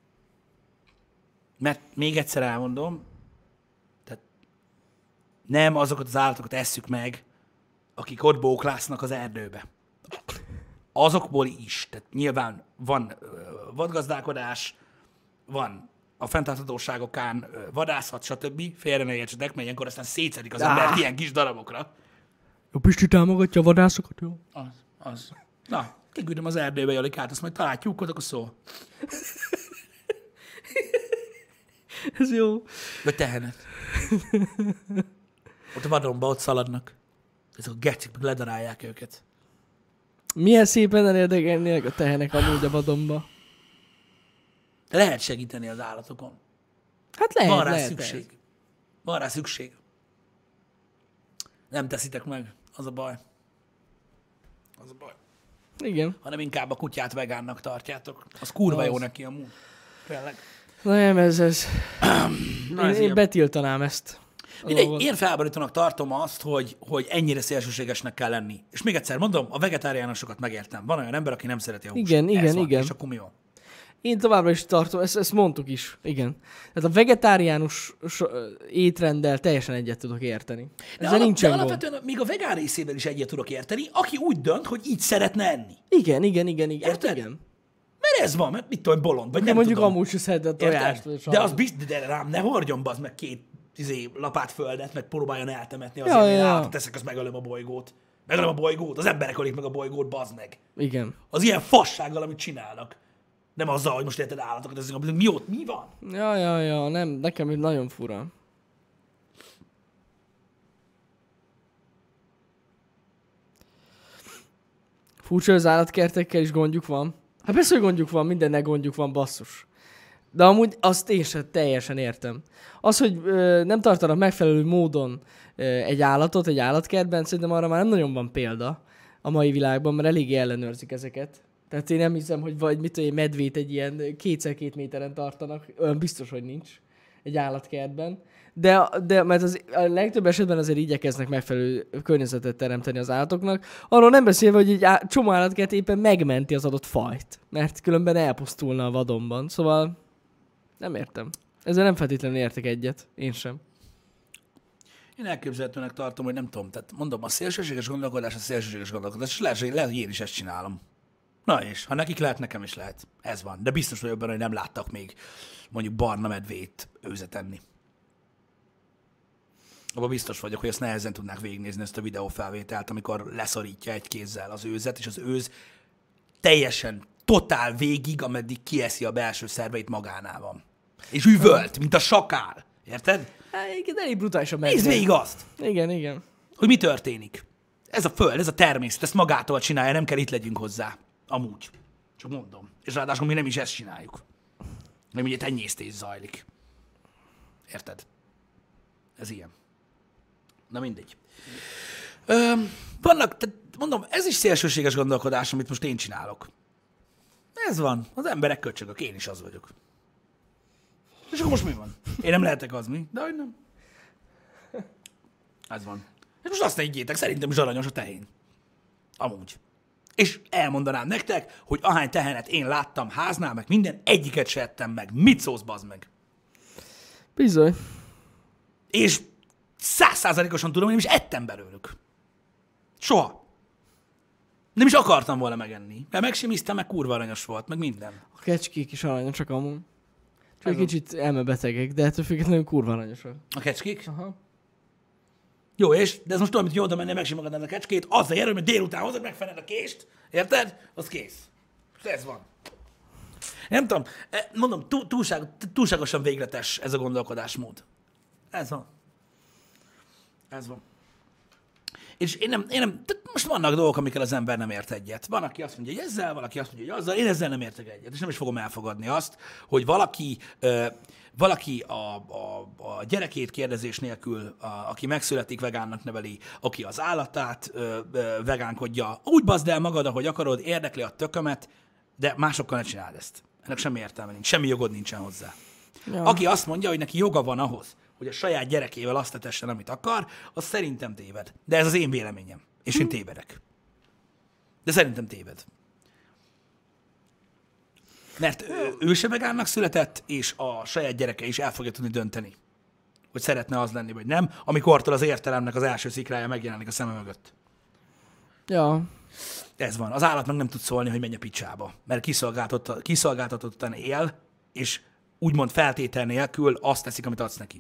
Speaker 1: Mert még egyszer elmondom, tehát nem azokat az állatokat esszük meg, akik ott bóklásznak az erdőbe. Azokból is. Tehát nyilván van ö, vadgazdálkodás, van a fenntarthatóságokán ö, vadászat, stb. Félre ne értsetek, mert ilyenkor aztán szétszedik az ember
Speaker 2: Ah.
Speaker 1: ilyen kis darabokra.
Speaker 2: A Pisti támogatja a vadászokat, jó?
Speaker 1: Az, az. Na, kiküldöm az erdőbe Jalikát, azt majd talál tyúkot, akkor szól.
Speaker 2: Ez jó.
Speaker 1: Vagy tehenet. Ott a vadonba, ott szaladnak. Ezek a gecik, meg ledarálják őket.
Speaker 2: Milyen szépen elérdekelnének a tehenek amúgy a vadonba.
Speaker 1: De lehet segíteni az állatokon.
Speaker 2: Hát lehet,
Speaker 1: Van rá
Speaker 2: lehet.
Speaker 1: szükség.
Speaker 2: lehet.
Speaker 1: Van rá szükség. Nem teszitek meg, az a baj. Az a baj.
Speaker 2: Igen.
Speaker 1: Hanem inkább a kutyát vegánnak tartjátok. Az kurva
Speaker 2: Az.
Speaker 1: jó neki amúgy. Tényleg.
Speaker 2: Na nem, ez, ez.
Speaker 1: Na,
Speaker 2: én,
Speaker 1: ez
Speaker 2: én
Speaker 1: ilyen.
Speaker 2: betiltanám ezt. a
Speaker 1: Mindegy,
Speaker 2: dolgot.
Speaker 1: én felborítónak tartom azt, hogy, hogy ennyire szélsőségesnek kell lenni. És még egyszer mondom, a vegetáriánusokat megértem. Van olyan ember, aki nem szereti a húst.
Speaker 2: Igen, igen,
Speaker 1: Ez van,
Speaker 2: igen.
Speaker 1: És akkor mi van?
Speaker 2: Én továbbra is tartom, ezt, ezt mondtuk is, igen. Tehát a vegetáriánus so- étrenddel teljesen egyet tudok érteni.
Speaker 1: De,
Speaker 2: Ezzel
Speaker 1: alap,
Speaker 2: nincsen
Speaker 1: de
Speaker 2: gond.
Speaker 1: alapvetően még a vegán részével is egyet tudok érteni, aki úgy dönt, hogy így szeretne enni.
Speaker 2: Igen, igen, igen, igen. Hát
Speaker 1: Érted?
Speaker 2: igen.
Speaker 1: Mert ez van, mert mit tudom, bolond, vagy
Speaker 2: De
Speaker 1: nem
Speaker 2: mondjuk
Speaker 1: tudom.
Speaker 2: amúgy se szedett a tojást.
Speaker 1: Érted?
Speaker 2: vagy
Speaker 1: De
Speaker 2: valami.
Speaker 1: az biztos, de rám ne hordjon bazd meg két izé, lapát földet, meg próbáljon eltemetni azért,
Speaker 2: Ja,
Speaker 1: hogy
Speaker 2: ja,
Speaker 1: én
Speaker 2: ja.
Speaker 1: állatot teszek, az megölöm a bolygót. Megölöm a bolygót, az emberek ölik meg a bolygót, bazd meg.
Speaker 2: Igen.
Speaker 1: Az ilyen fassággal, amit csinálnak. Nem azzal, hogy most érted állatokat, ez mi ott, mi van?
Speaker 2: Ja, ja, ja, nem, nekem így nagyon fura. Furcsa, hogy az állatkertekkel is gondjuk van. Hát persze, hogy gondjuk van, mindennek gondjuk van, basszus. De amúgy azt én sem teljesen értem. Az, hogy ö, nem tartanak megfelelő módon ö, egy állatot, egy állatkertben, szerintem arra már nem nagyon van példa a mai világban, mert eléggé ellenőrzik ezeket. Tehát én nem hiszem, hogy vagy mit tudom, egy medvét egy ilyen kétszer két méteren tartanak, olyan biztos, hogy nincs egy állatkertben. De, de mert az, a legtöbb esetben azért igyekeznek megfelelő környezetet teremteni az állatoknak. Arról nem beszélve, hogy egy á- csomó állatkert éppen megmenti az adott fajt, mert különben elpusztulna a vadonban. Szóval nem értem. Ezzel nem feltétlenül értek egyet. Én sem.
Speaker 1: Én elképzelhetőnek tartom, hogy nem tudom, tehát mondom, a szélsőséges gondolkodás a szélsőséges gondolkodás, és lehet, hogy- lehet, hogy én is ezt csinálom. Na és, ha nekik lehet, nekem is lehet. Ez van. De biztos vagyok benne, hogy nem láttak még mondjuk barna medvét őzet enni. Abban biztos vagyok, hogy ezt nehezen tudnák végignézni, ezt a videófelvételt, amikor leszorítja egy kézzel az őzet, és az őz teljesen, totál végig, ameddig kieszi a belső szerveit magánál van. És üvölt, mint a sakál. Érted?
Speaker 2: Hát, egyébként elég brutális a
Speaker 1: Nézd
Speaker 2: medve.
Speaker 1: végig azt,
Speaker 2: Igen, igen.
Speaker 1: hogy mi történik. Ez a föld, ez a természet, ezt magától csinálja, nem kell itt legyünk hozzá. Amúgy. Csak mondom. És ráadásul mi nem is ezt csináljuk. Nem ugye tenyésztés zajlik. Érted? Ez ilyen. Na mindegy. Ö, vannak, tehát mondom, ez is szélsőséges gondolkodás, amit most én csinálok. Ez van. Az emberek köcsögök, én is az vagyok. És akkor most mi van? Én nem lehetek az, mi? De hogy nem. Ez van. És most azt ne higgyétek, szerintem is aranyos a tehén. Amúgy. És elmondanám nektek, hogy ahány tehenet én láttam háznál, meg minden, egyiket se ettem meg. Mit szólsz, bazd meg?
Speaker 2: Bizony.
Speaker 1: És százszázalékosan tudom, hogy nem is ettem belőlük. Soha. Nem is akartam volna megenni. Mert megsimiztem, meg kurva aranyos volt, meg minden.
Speaker 2: A kecskék is aranyosak amúgy. Csak egy
Speaker 1: Ez
Speaker 2: kicsit elmebetegek, de ettől függetlenül kurva aranyosak.
Speaker 1: A kecskék?
Speaker 2: Aha.
Speaker 1: Jó, és? De ez most olyan, mint hogy oda mennél, megsimogatnád a kecskét, az a jel, hogy délután hozod, megfened a kést, érted? Az kész. Ez van. Nem tudom, mondom, túl, túlság, túlságosan végletes ez a gondolkodásmód. Ez van. Ez van. És én nem, én nem, most vannak dolgok, amikkel az ember nem ért egyet. Van, aki azt mondja, hogy ezzel, valaki azt mondja, hogy azzal, én ezzel nem értek egyet, és nem is fogom elfogadni azt, hogy valaki, ö, valaki a, a, a gyerekét kérdezés nélkül, a, aki megszületik, vegánnak neveli, aki az állatát ö, ö, vegánkodja, úgy bazd el magad, ahogy akarod, érdekli a tökömet, de másokkal ne csináld ezt. Ennek semmi értelme nincs, semmi jogod nincsen hozzá. Ja. Aki azt mondja, hogy neki joga van ahhoz, hogy a saját gyerekével azt tetessen, amit akar, az szerintem téved. De ez az én véleményem. És hm. én tévedek. De szerintem téved. Mert ő, ő se vegánnak született, és a saját gyereke is el fogja tudni dönteni, hogy szeretne az lenni, vagy nem, amikortól az értelemnek az első szikrája megjelenik a szeme mögött.
Speaker 2: Ja.
Speaker 1: Ez van. Az állat meg nem tud szólni, hogy menj a picsába. Mert kiszolgáltatott, kiszolgáltatottan él, és úgymond feltétel nélkül azt teszik, amit adsz neki.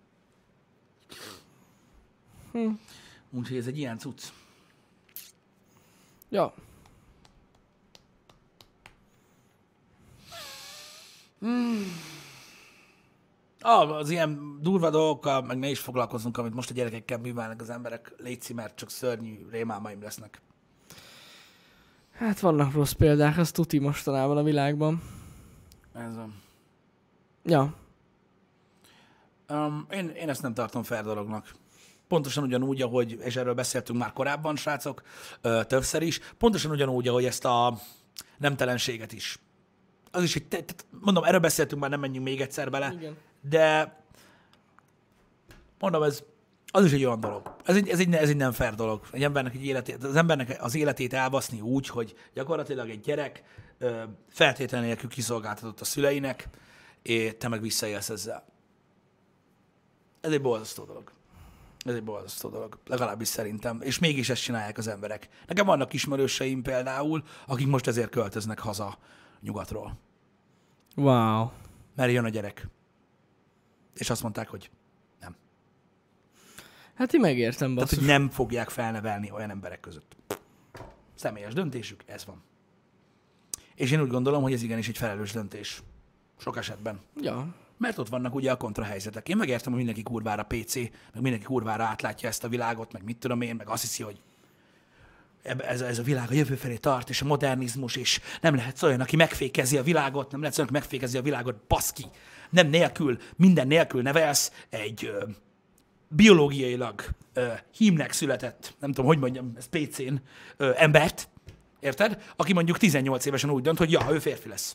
Speaker 1: Hm. Úgyhogy ez egy ilyen cucc.
Speaker 2: Ja.
Speaker 1: Hmm. Ah, az ilyen durva dolgokkal meg ne is foglalkozunk, amit most a gyerekekkel művelnek az emberek. Léci, mert csak szörnyű rémálmaim lesznek.
Speaker 2: Hát vannak rossz példák, az tuti mostanában a világban.
Speaker 1: Ez a...
Speaker 2: Ja.
Speaker 1: Um, én, én ezt nem tartom fair dolognak. Pontosan ugyanúgy, ahogy, és erről beszéltünk már korábban, srácok, ö, többször is, pontosan ugyanúgy, ahogy ezt a nemtelenséget is. Az is, hogy te, te, mondom, erről beszéltünk már, nem menjünk még egyszer bele,
Speaker 2: Igen.
Speaker 1: de mondom, ez az is egy olyan dolog. Ez egy, ez egy, ez egy nem fair dolog. Egy embernek egy életét, az embernek az életét elbaszni úgy, hogy gyakorlatilag egy gyerek ö, feltétlen nélkül kiszolgáltatott a szüleinek, és te meg visszaélsz ezzel. Ez egy borzasztó dolog. Ez egy borzasztó dolog, legalábbis szerintem. És mégis ezt csinálják az emberek. Nekem vannak ismerőseim például, akik most ezért költöznek haza nyugatról.
Speaker 2: Wow.
Speaker 1: Mert jön a gyerek. És azt mondták, hogy nem.
Speaker 2: Hát én megértem, basszus.
Speaker 1: Tehát, hogy nem fogják felnevelni olyan emberek között. Személyes döntésük, ez van. És én úgy gondolom, hogy ez igenis egy felelős döntés. Sok esetben.
Speaker 2: Ja.
Speaker 1: Mert ott vannak ugye a kontrahelyzetek. Én megértem, hogy mindenki kurvára pé cé, meg mindenki kurvára átlátja ezt a világot, meg mit tudom én, meg azt hiszi, hogy ez, ez a világ a jövő felé tart, és a modernizmus, és nem lehet olyan, aki megfékezi a világot, nem lehet olyan, aki megfékezi a világot, baszki. Nem nélkül, minden nélkül nevelsz egy ö, biológiailag ö, hímnek született, nem tudom, hogy mondjam, ez pé cén, ö, embert, érted? Aki mondjuk tizennyolc évesen úgy dönt, hogy ja, ő férfi lesz.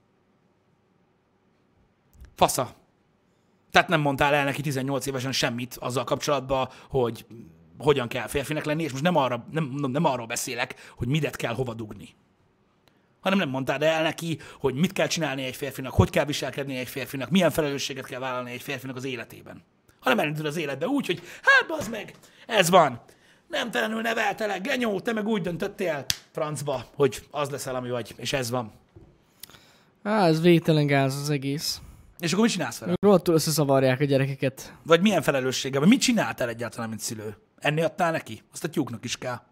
Speaker 1: Fasza. Tehát nem mondtál el neki tizennyolc évesen semmit azzal kapcsolatban, hogy hogyan kell férfinek lenni, és most nem, arra, nem, nem arról beszélek, hogy midet kell hova dugni. Hanem nem mondtál el neki, hogy mit kell csinálni egy férfinak, hogy kell viselkedni egy férfinak, milyen felelősséget kell vállalni egy férfinak az életében. Hanem elindul az életbe úgy, hogy hát bazd meg, ez van. Nem telenül neveltelek, genyó, te meg úgy döntöttél francba, hogy az leszel, ami vagy, és ez van.
Speaker 2: Á, ez végtelen gáz az egész.
Speaker 1: És akkor mit csinálsz vele?
Speaker 2: Rohadtul összeszavarják a gyerekeket.
Speaker 1: Vagy milyen felelősséggel, vagy mit csináltál egyáltalán, mint szülő? Enni adtál neki? Azt a tyúknak is kell.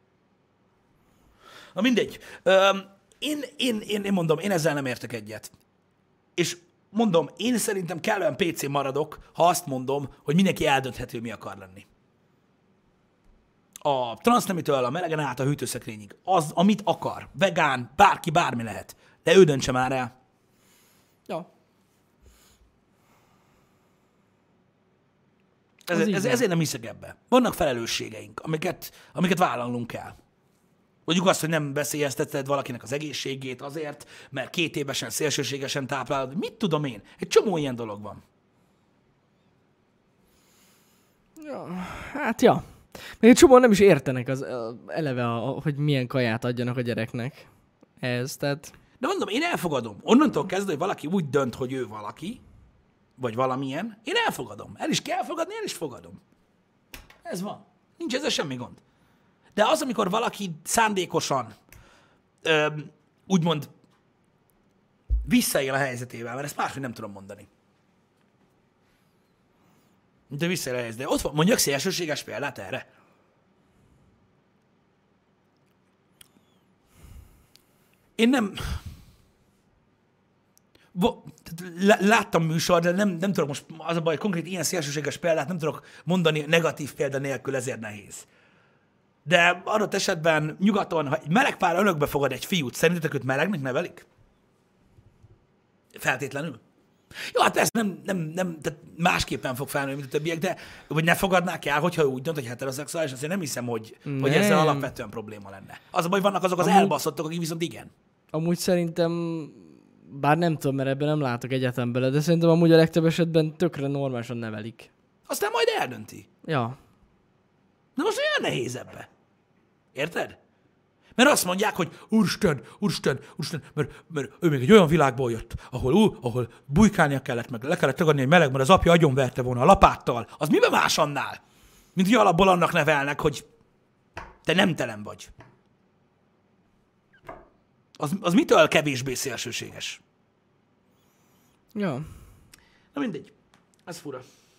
Speaker 1: Na mindegy. Öm, én, én, én, én mondom, én ezzel nem értek egyet. És mondom, én szerintem kellően pé cé maradok, ha azt mondom, hogy mindenki eldöntheti, mi akar lenni. A transznemitől a melegen át a hűtőszekrényig. Az, amit akar. Vegán, bárki, bármi lehet. De ő döntse már el.
Speaker 2: Ja.
Speaker 1: Ezért,
Speaker 2: így
Speaker 1: ez,
Speaker 2: van.
Speaker 1: ezért nem hiszek ebbe. Vannak felelősségeink, amiket, amiket vállalnunk kell. Mondjuk azt, hogy nem veszélyezteted valakinek az egészségét azért, mert két évesen szélsőségesen táplálod. Mit tudom én? Egy csomó ilyen dolog van.
Speaker 2: Ja, hát ja. Még egy csomóan nem is értenek az ö, eleve, a, hogy milyen kaját adjanak a gyereknek. Ez, tehát...
Speaker 1: De mondom, én elfogadom. Onnantól kezdve, hogy valaki úgy dönt, hogy ő valaki, vagy valamilyen, én elfogadom. El is kell fogadni, el is fogadom. Ez van. Nincs ezzel semmi gond. De az, amikor valaki szándékosan öm, úgymond visszaél a helyzetével, mert ezt máshogy nem tudom mondani. De visszaél a helyzetével. Ott van, mondjak szélsőséges példát erre. Én nem... Láttam műsor, de nem, nem tudok most, az a baj, konkrét ilyen szélsőséges példát nem tudok mondani negatív példa nélkül, ezért nehéz. De adott esetben nyugaton, ha egy meleg pár önökbe fogad egy fiút, szerintetek őt melegnek nevelik? Feltétlenül? Jó, hát persze nem, nem, nem tehát másképpen fog felnőni, mint a többiek, de hogy ne fogadnák el, hogyha ő úgy dönt, hogy heteroszexuális, azért nem hiszem, hogy, hogy ezzel alapvetően probléma lenne. Az a baj, vannak azok az
Speaker 2: Amúgy...
Speaker 1: elbaszottak, akik viszont igen.
Speaker 2: Amúgy szerintem, bár nem tudom, mert ebben nem látok egyetem bele, de szerintem amúgy a legtöbb esetben tökre normálisan nevelik.
Speaker 1: Aztán majd eldönti.
Speaker 2: Ja.
Speaker 1: De most olyan nehéz ebbe. Érted? Mert azt mondják, hogy Úristen, Úristen, Úristen, mert, mert ő még egy olyan világból jött, ahol, ú, ahol bujkálnia kellett, meg le kellett tagadni egy meleg, mert az apja agyonverte volna a lapáttal. Az miben más annál? Mint hogy alapból annak nevelnek, hogy te nemtelen vagy. Az, az mitől kevésbé szélsőséges?
Speaker 2: Ja.
Speaker 1: Na mindegy. Ez fura.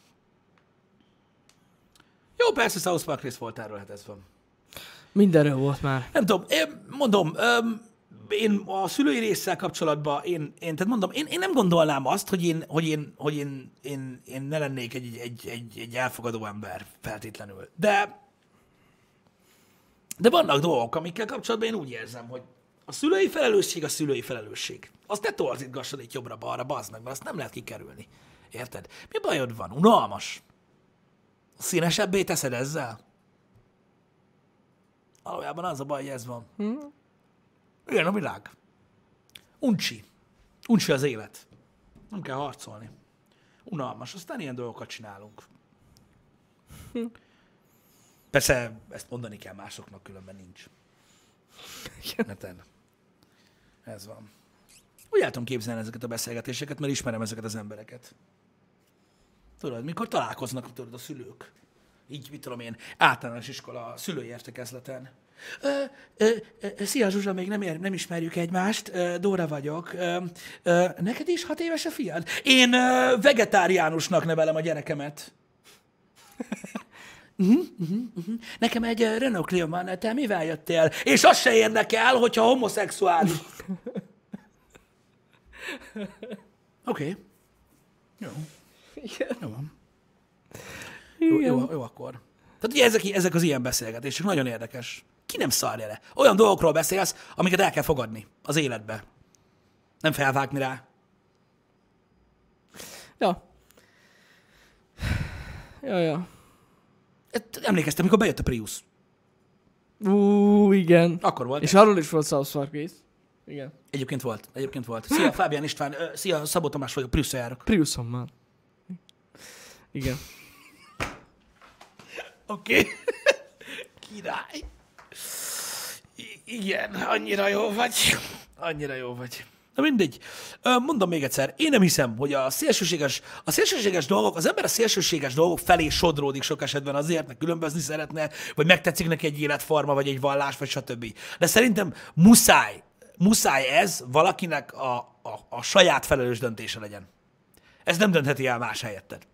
Speaker 1: Jó, persze South Park rész volt erről, hát ez van.
Speaker 2: Mindenről volt már.
Speaker 1: Nem tudom, én mondom, öm, én a szülői résszel kapcsolatban, én, én, tehát mondom, én, én nem gondolnám azt, hogy én, hogy én, hogy én, én, én ne lennék egy, egy, egy, egy elfogadó ember feltétlenül. De, de vannak dolgok, amikkel kapcsolatban én úgy érzem, hogy a szülői felelősség a szülői felelősség. Azt ne torzítgassad itt jobbra-balra, bazd meg, mert azt nem lehet kikerülni. Érted? Mi bajod van? Unalmas. Színesebbé teszed ezzel? Valójában az a baj, hogy ez van. Hmm. Ilyen a világ. Uncsi. Uncsi az élet. Nem kell harcolni. Unalmas. Aztán ilyen dolgokat csinálunk. Hm. Persze ezt mondani kell másoknak, különben nincs. Neten. Ez van. Úgy el tudom képzelni ezeket a beszélgetéseket, mert ismerem ezeket az embereket. Tudod, mikor találkoznak tudod, a szülők. Így, mit tudom én, általános iskola szülői értekezleten. Ö, ö, ö, szia Zsuzsa, még nem, ér, nem ismerjük egymást, ö, Dóra vagyok. Ö, ö, neked is hat éves a fiad? Én ö, vegetáriánusnak nevelem a gyerekemet. uh-huh, uh-huh, uh-huh. Nekem egy uh, Renault Clio van, te mivel jöttél? És az se érdekel, hogyha homoszexuális. Oké. Okay. Jó.
Speaker 2: Igen.
Speaker 1: Jó van. Jó, jó, jó akkor. Tehát ugye ezek, ezek az ilyen beszélgetések, nagyon érdekes. Ki nem szarja le? Olyan dolgokról beszélsz, amiket el kell fogadni az életbe. Nem felvágni rá.
Speaker 2: Ja. Ja, ja.
Speaker 1: Emlékeztem, mikor bejött a Prius.
Speaker 2: Ú, igen.
Speaker 1: Akkor volt.
Speaker 2: És arról is volt South Park rész. Igen.
Speaker 1: Egyébként volt, egyébként volt. Szia, Fábián István, szia, Szabó Tamás vagyok, Priuszra járok.
Speaker 2: Priuszommal. Igen.
Speaker 1: Oké. Okay. Király. I- igen, annyira jó vagy. Annyira jó vagy. Na mindegy. Mondom még egyszer, én nem hiszem, hogy a szélsőséges, a szélsőséges dolgok, az ember a szélsőséges dolgok felé sodródik sok esetben azért, mert különbözni szeretne, vagy megtetszik neki egy életforma, vagy egy vallás, vagy stb. De szerintem muszáj, muszáj ez valakinek a, a, a saját felelős döntése legyen. Ez nem döntheti el más helyetted.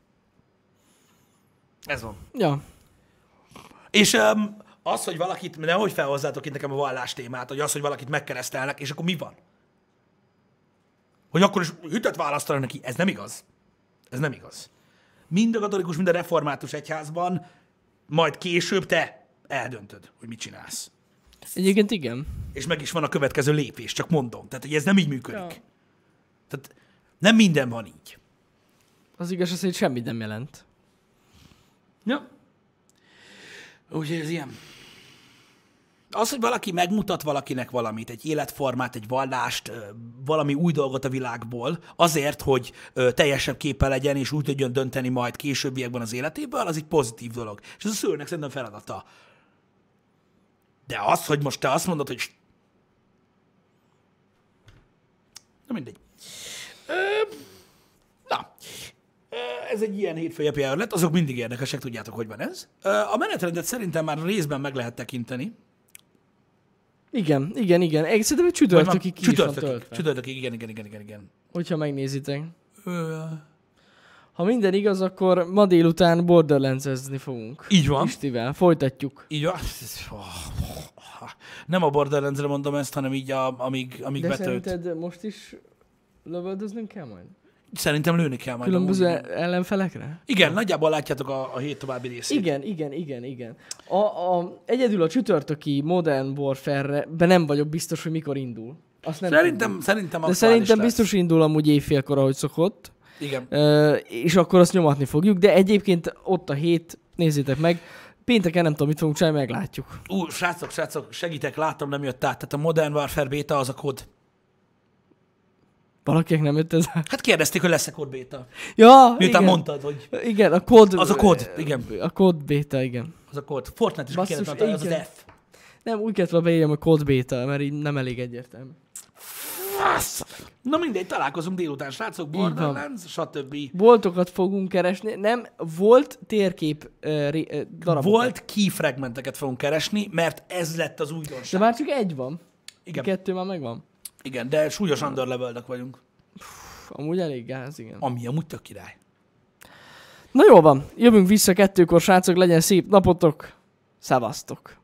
Speaker 1: Ez van.
Speaker 2: Ja.
Speaker 1: És um, az, hogy valakit, nehogy felhozzátok itt nekem a vallás témát, hogy az, hogy valakit megkeresztelnek, és akkor mi van? Hogy akkor is hitet választanak neki. Ez nem igaz. Ez nem igaz. Mind a katolikus, mind a református egyházban, majd később te eldöntöd, hogy mit csinálsz.
Speaker 2: Egyébként igen.
Speaker 1: És meg is van a következő lépés, csak mondom. Tehát, hogy ez nem így működik.
Speaker 2: Ja.
Speaker 1: Tehát nem minden van így.
Speaker 2: Az igaz, az, hogy semmit nem jelent.
Speaker 1: Ja. Úgyhogy ez ilyen. Az, hogy valaki megmutat valakinek valamit, egy életformát, egy vallást, valami új dolgot a világból, azért, hogy teljesebb képe legyen, és úgy tudjon dönteni majd későbbiekben az életéből, az egy pozitív dolog. És ez a szülőnek szerintem feladata. De az, hogy most te azt mondod, hogy... Na mindegy. Ö, na, ez egy ilyen hétfői happy hour lett, azok mindig érdekesek, tudjátok, hogy van ez. A menetrendet szerintem már részben meg lehet tekinteni.
Speaker 2: Igen, igen, igen. Egy szerintem csütörtökig ki is van
Speaker 1: Csütörtökig,
Speaker 2: töltve.
Speaker 1: csütörtökig, igen, igen, igen, igen, igen.
Speaker 2: Hogyha megnézitek.
Speaker 1: Ö,
Speaker 2: Ha minden igaz, akkor ma délután Borderlands-ezni fogunk.
Speaker 1: így van.
Speaker 2: Istivel. Folytatjuk.
Speaker 1: Így van. Nem a Borderlands-re mondom ezt, hanem így, a, amíg, amíg
Speaker 2: De
Speaker 1: betölt.
Speaker 2: szerinted most is lövöldöznünk kell majd?
Speaker 1: Szerintem lőni kell majd.
Speaker 2: Különböző
Speaker 1: amúgy.
Speaker 2: ellenfelekre?
Speaker 1: Igen, nagyjából látjátok a, a hét további részét.
Speaker 2: Igen, igen, igen, igen. A, a, egyedül a csütörtöki Modern Warfare-be nem vagyok biztos, hogy mikor indul. Azt nem
Speaker 1: Szerintem,
Speaker 2: tudom.
Speaker 1: szerintem
Speaker 2: De
Speaker 1: aktuális
Speaker 2: szerintem
Speaker 1: lesz.
Speaker 2: biztos indul amúgy éjfélkor, ahogy szokott.
Speaker 1: Igen.
Speaker 2: Ö, és akkor azt nyomatni fogjuk, de egyébként ott a hét, nézzétek meg, pénteken nem tudom, mit fogunk csinálni, meglátjuk.
Speaker 1: Ú, srácok, srácok, segítek, látom, nem jött át. Tehát a Modern Warfare beta az a kód.
Speaker 2: Valakinek nem jött ez?
Speaker 1: Hát kérdezték, hogy lesz-e kód beta.
Speaker 2: Ja,
Speaker 1: Miután
Speaker 2: igen.
Speaker 1: mondtad, hogy
Speaker 2: Igen, a kód...
Speaker 1: az a kód, igen.
Speaker 2: A kód beta, igen.
Speaker 1: Az a kód. Fortnite is
Speaker 2: Basszus,
Speaker 1: kéne tartani, az az
Speaker 2: igen.
Speaker 1: F.
Speaker 2: Nem, úgy kellett volna beírjam, hogy kód beta, mert így nem elég egyértelmű.
Speaker 1: Na mindegy, találkozunk délután, srácok,
Speaker 2: van.
Speaker 1: Borderlands, stb.
Speaker 2: Boltokat fogunk keresni. Nem, volt térkép uh, ré, uh, darabok.
Speaker 1: Volt key fragmenteket fogunk keresni, mert ez lett az
Speaker 2: De
Speaker 1: újdonság.
Speaker 2: már csak egy van.
Speaker 1: Igen,
Speaker 2: A kettő már megvan.
Speaker 1: igen, de súlyos underlevelnek vagyunk.
Speaker 2: Amúgy elég gáz, igen.
Speaker 1: Ami amúgy tök király.
Speaker 2: Na jó van, jövünk vissza kettőkor, srácok, legyen szép napotok. Szevasztok.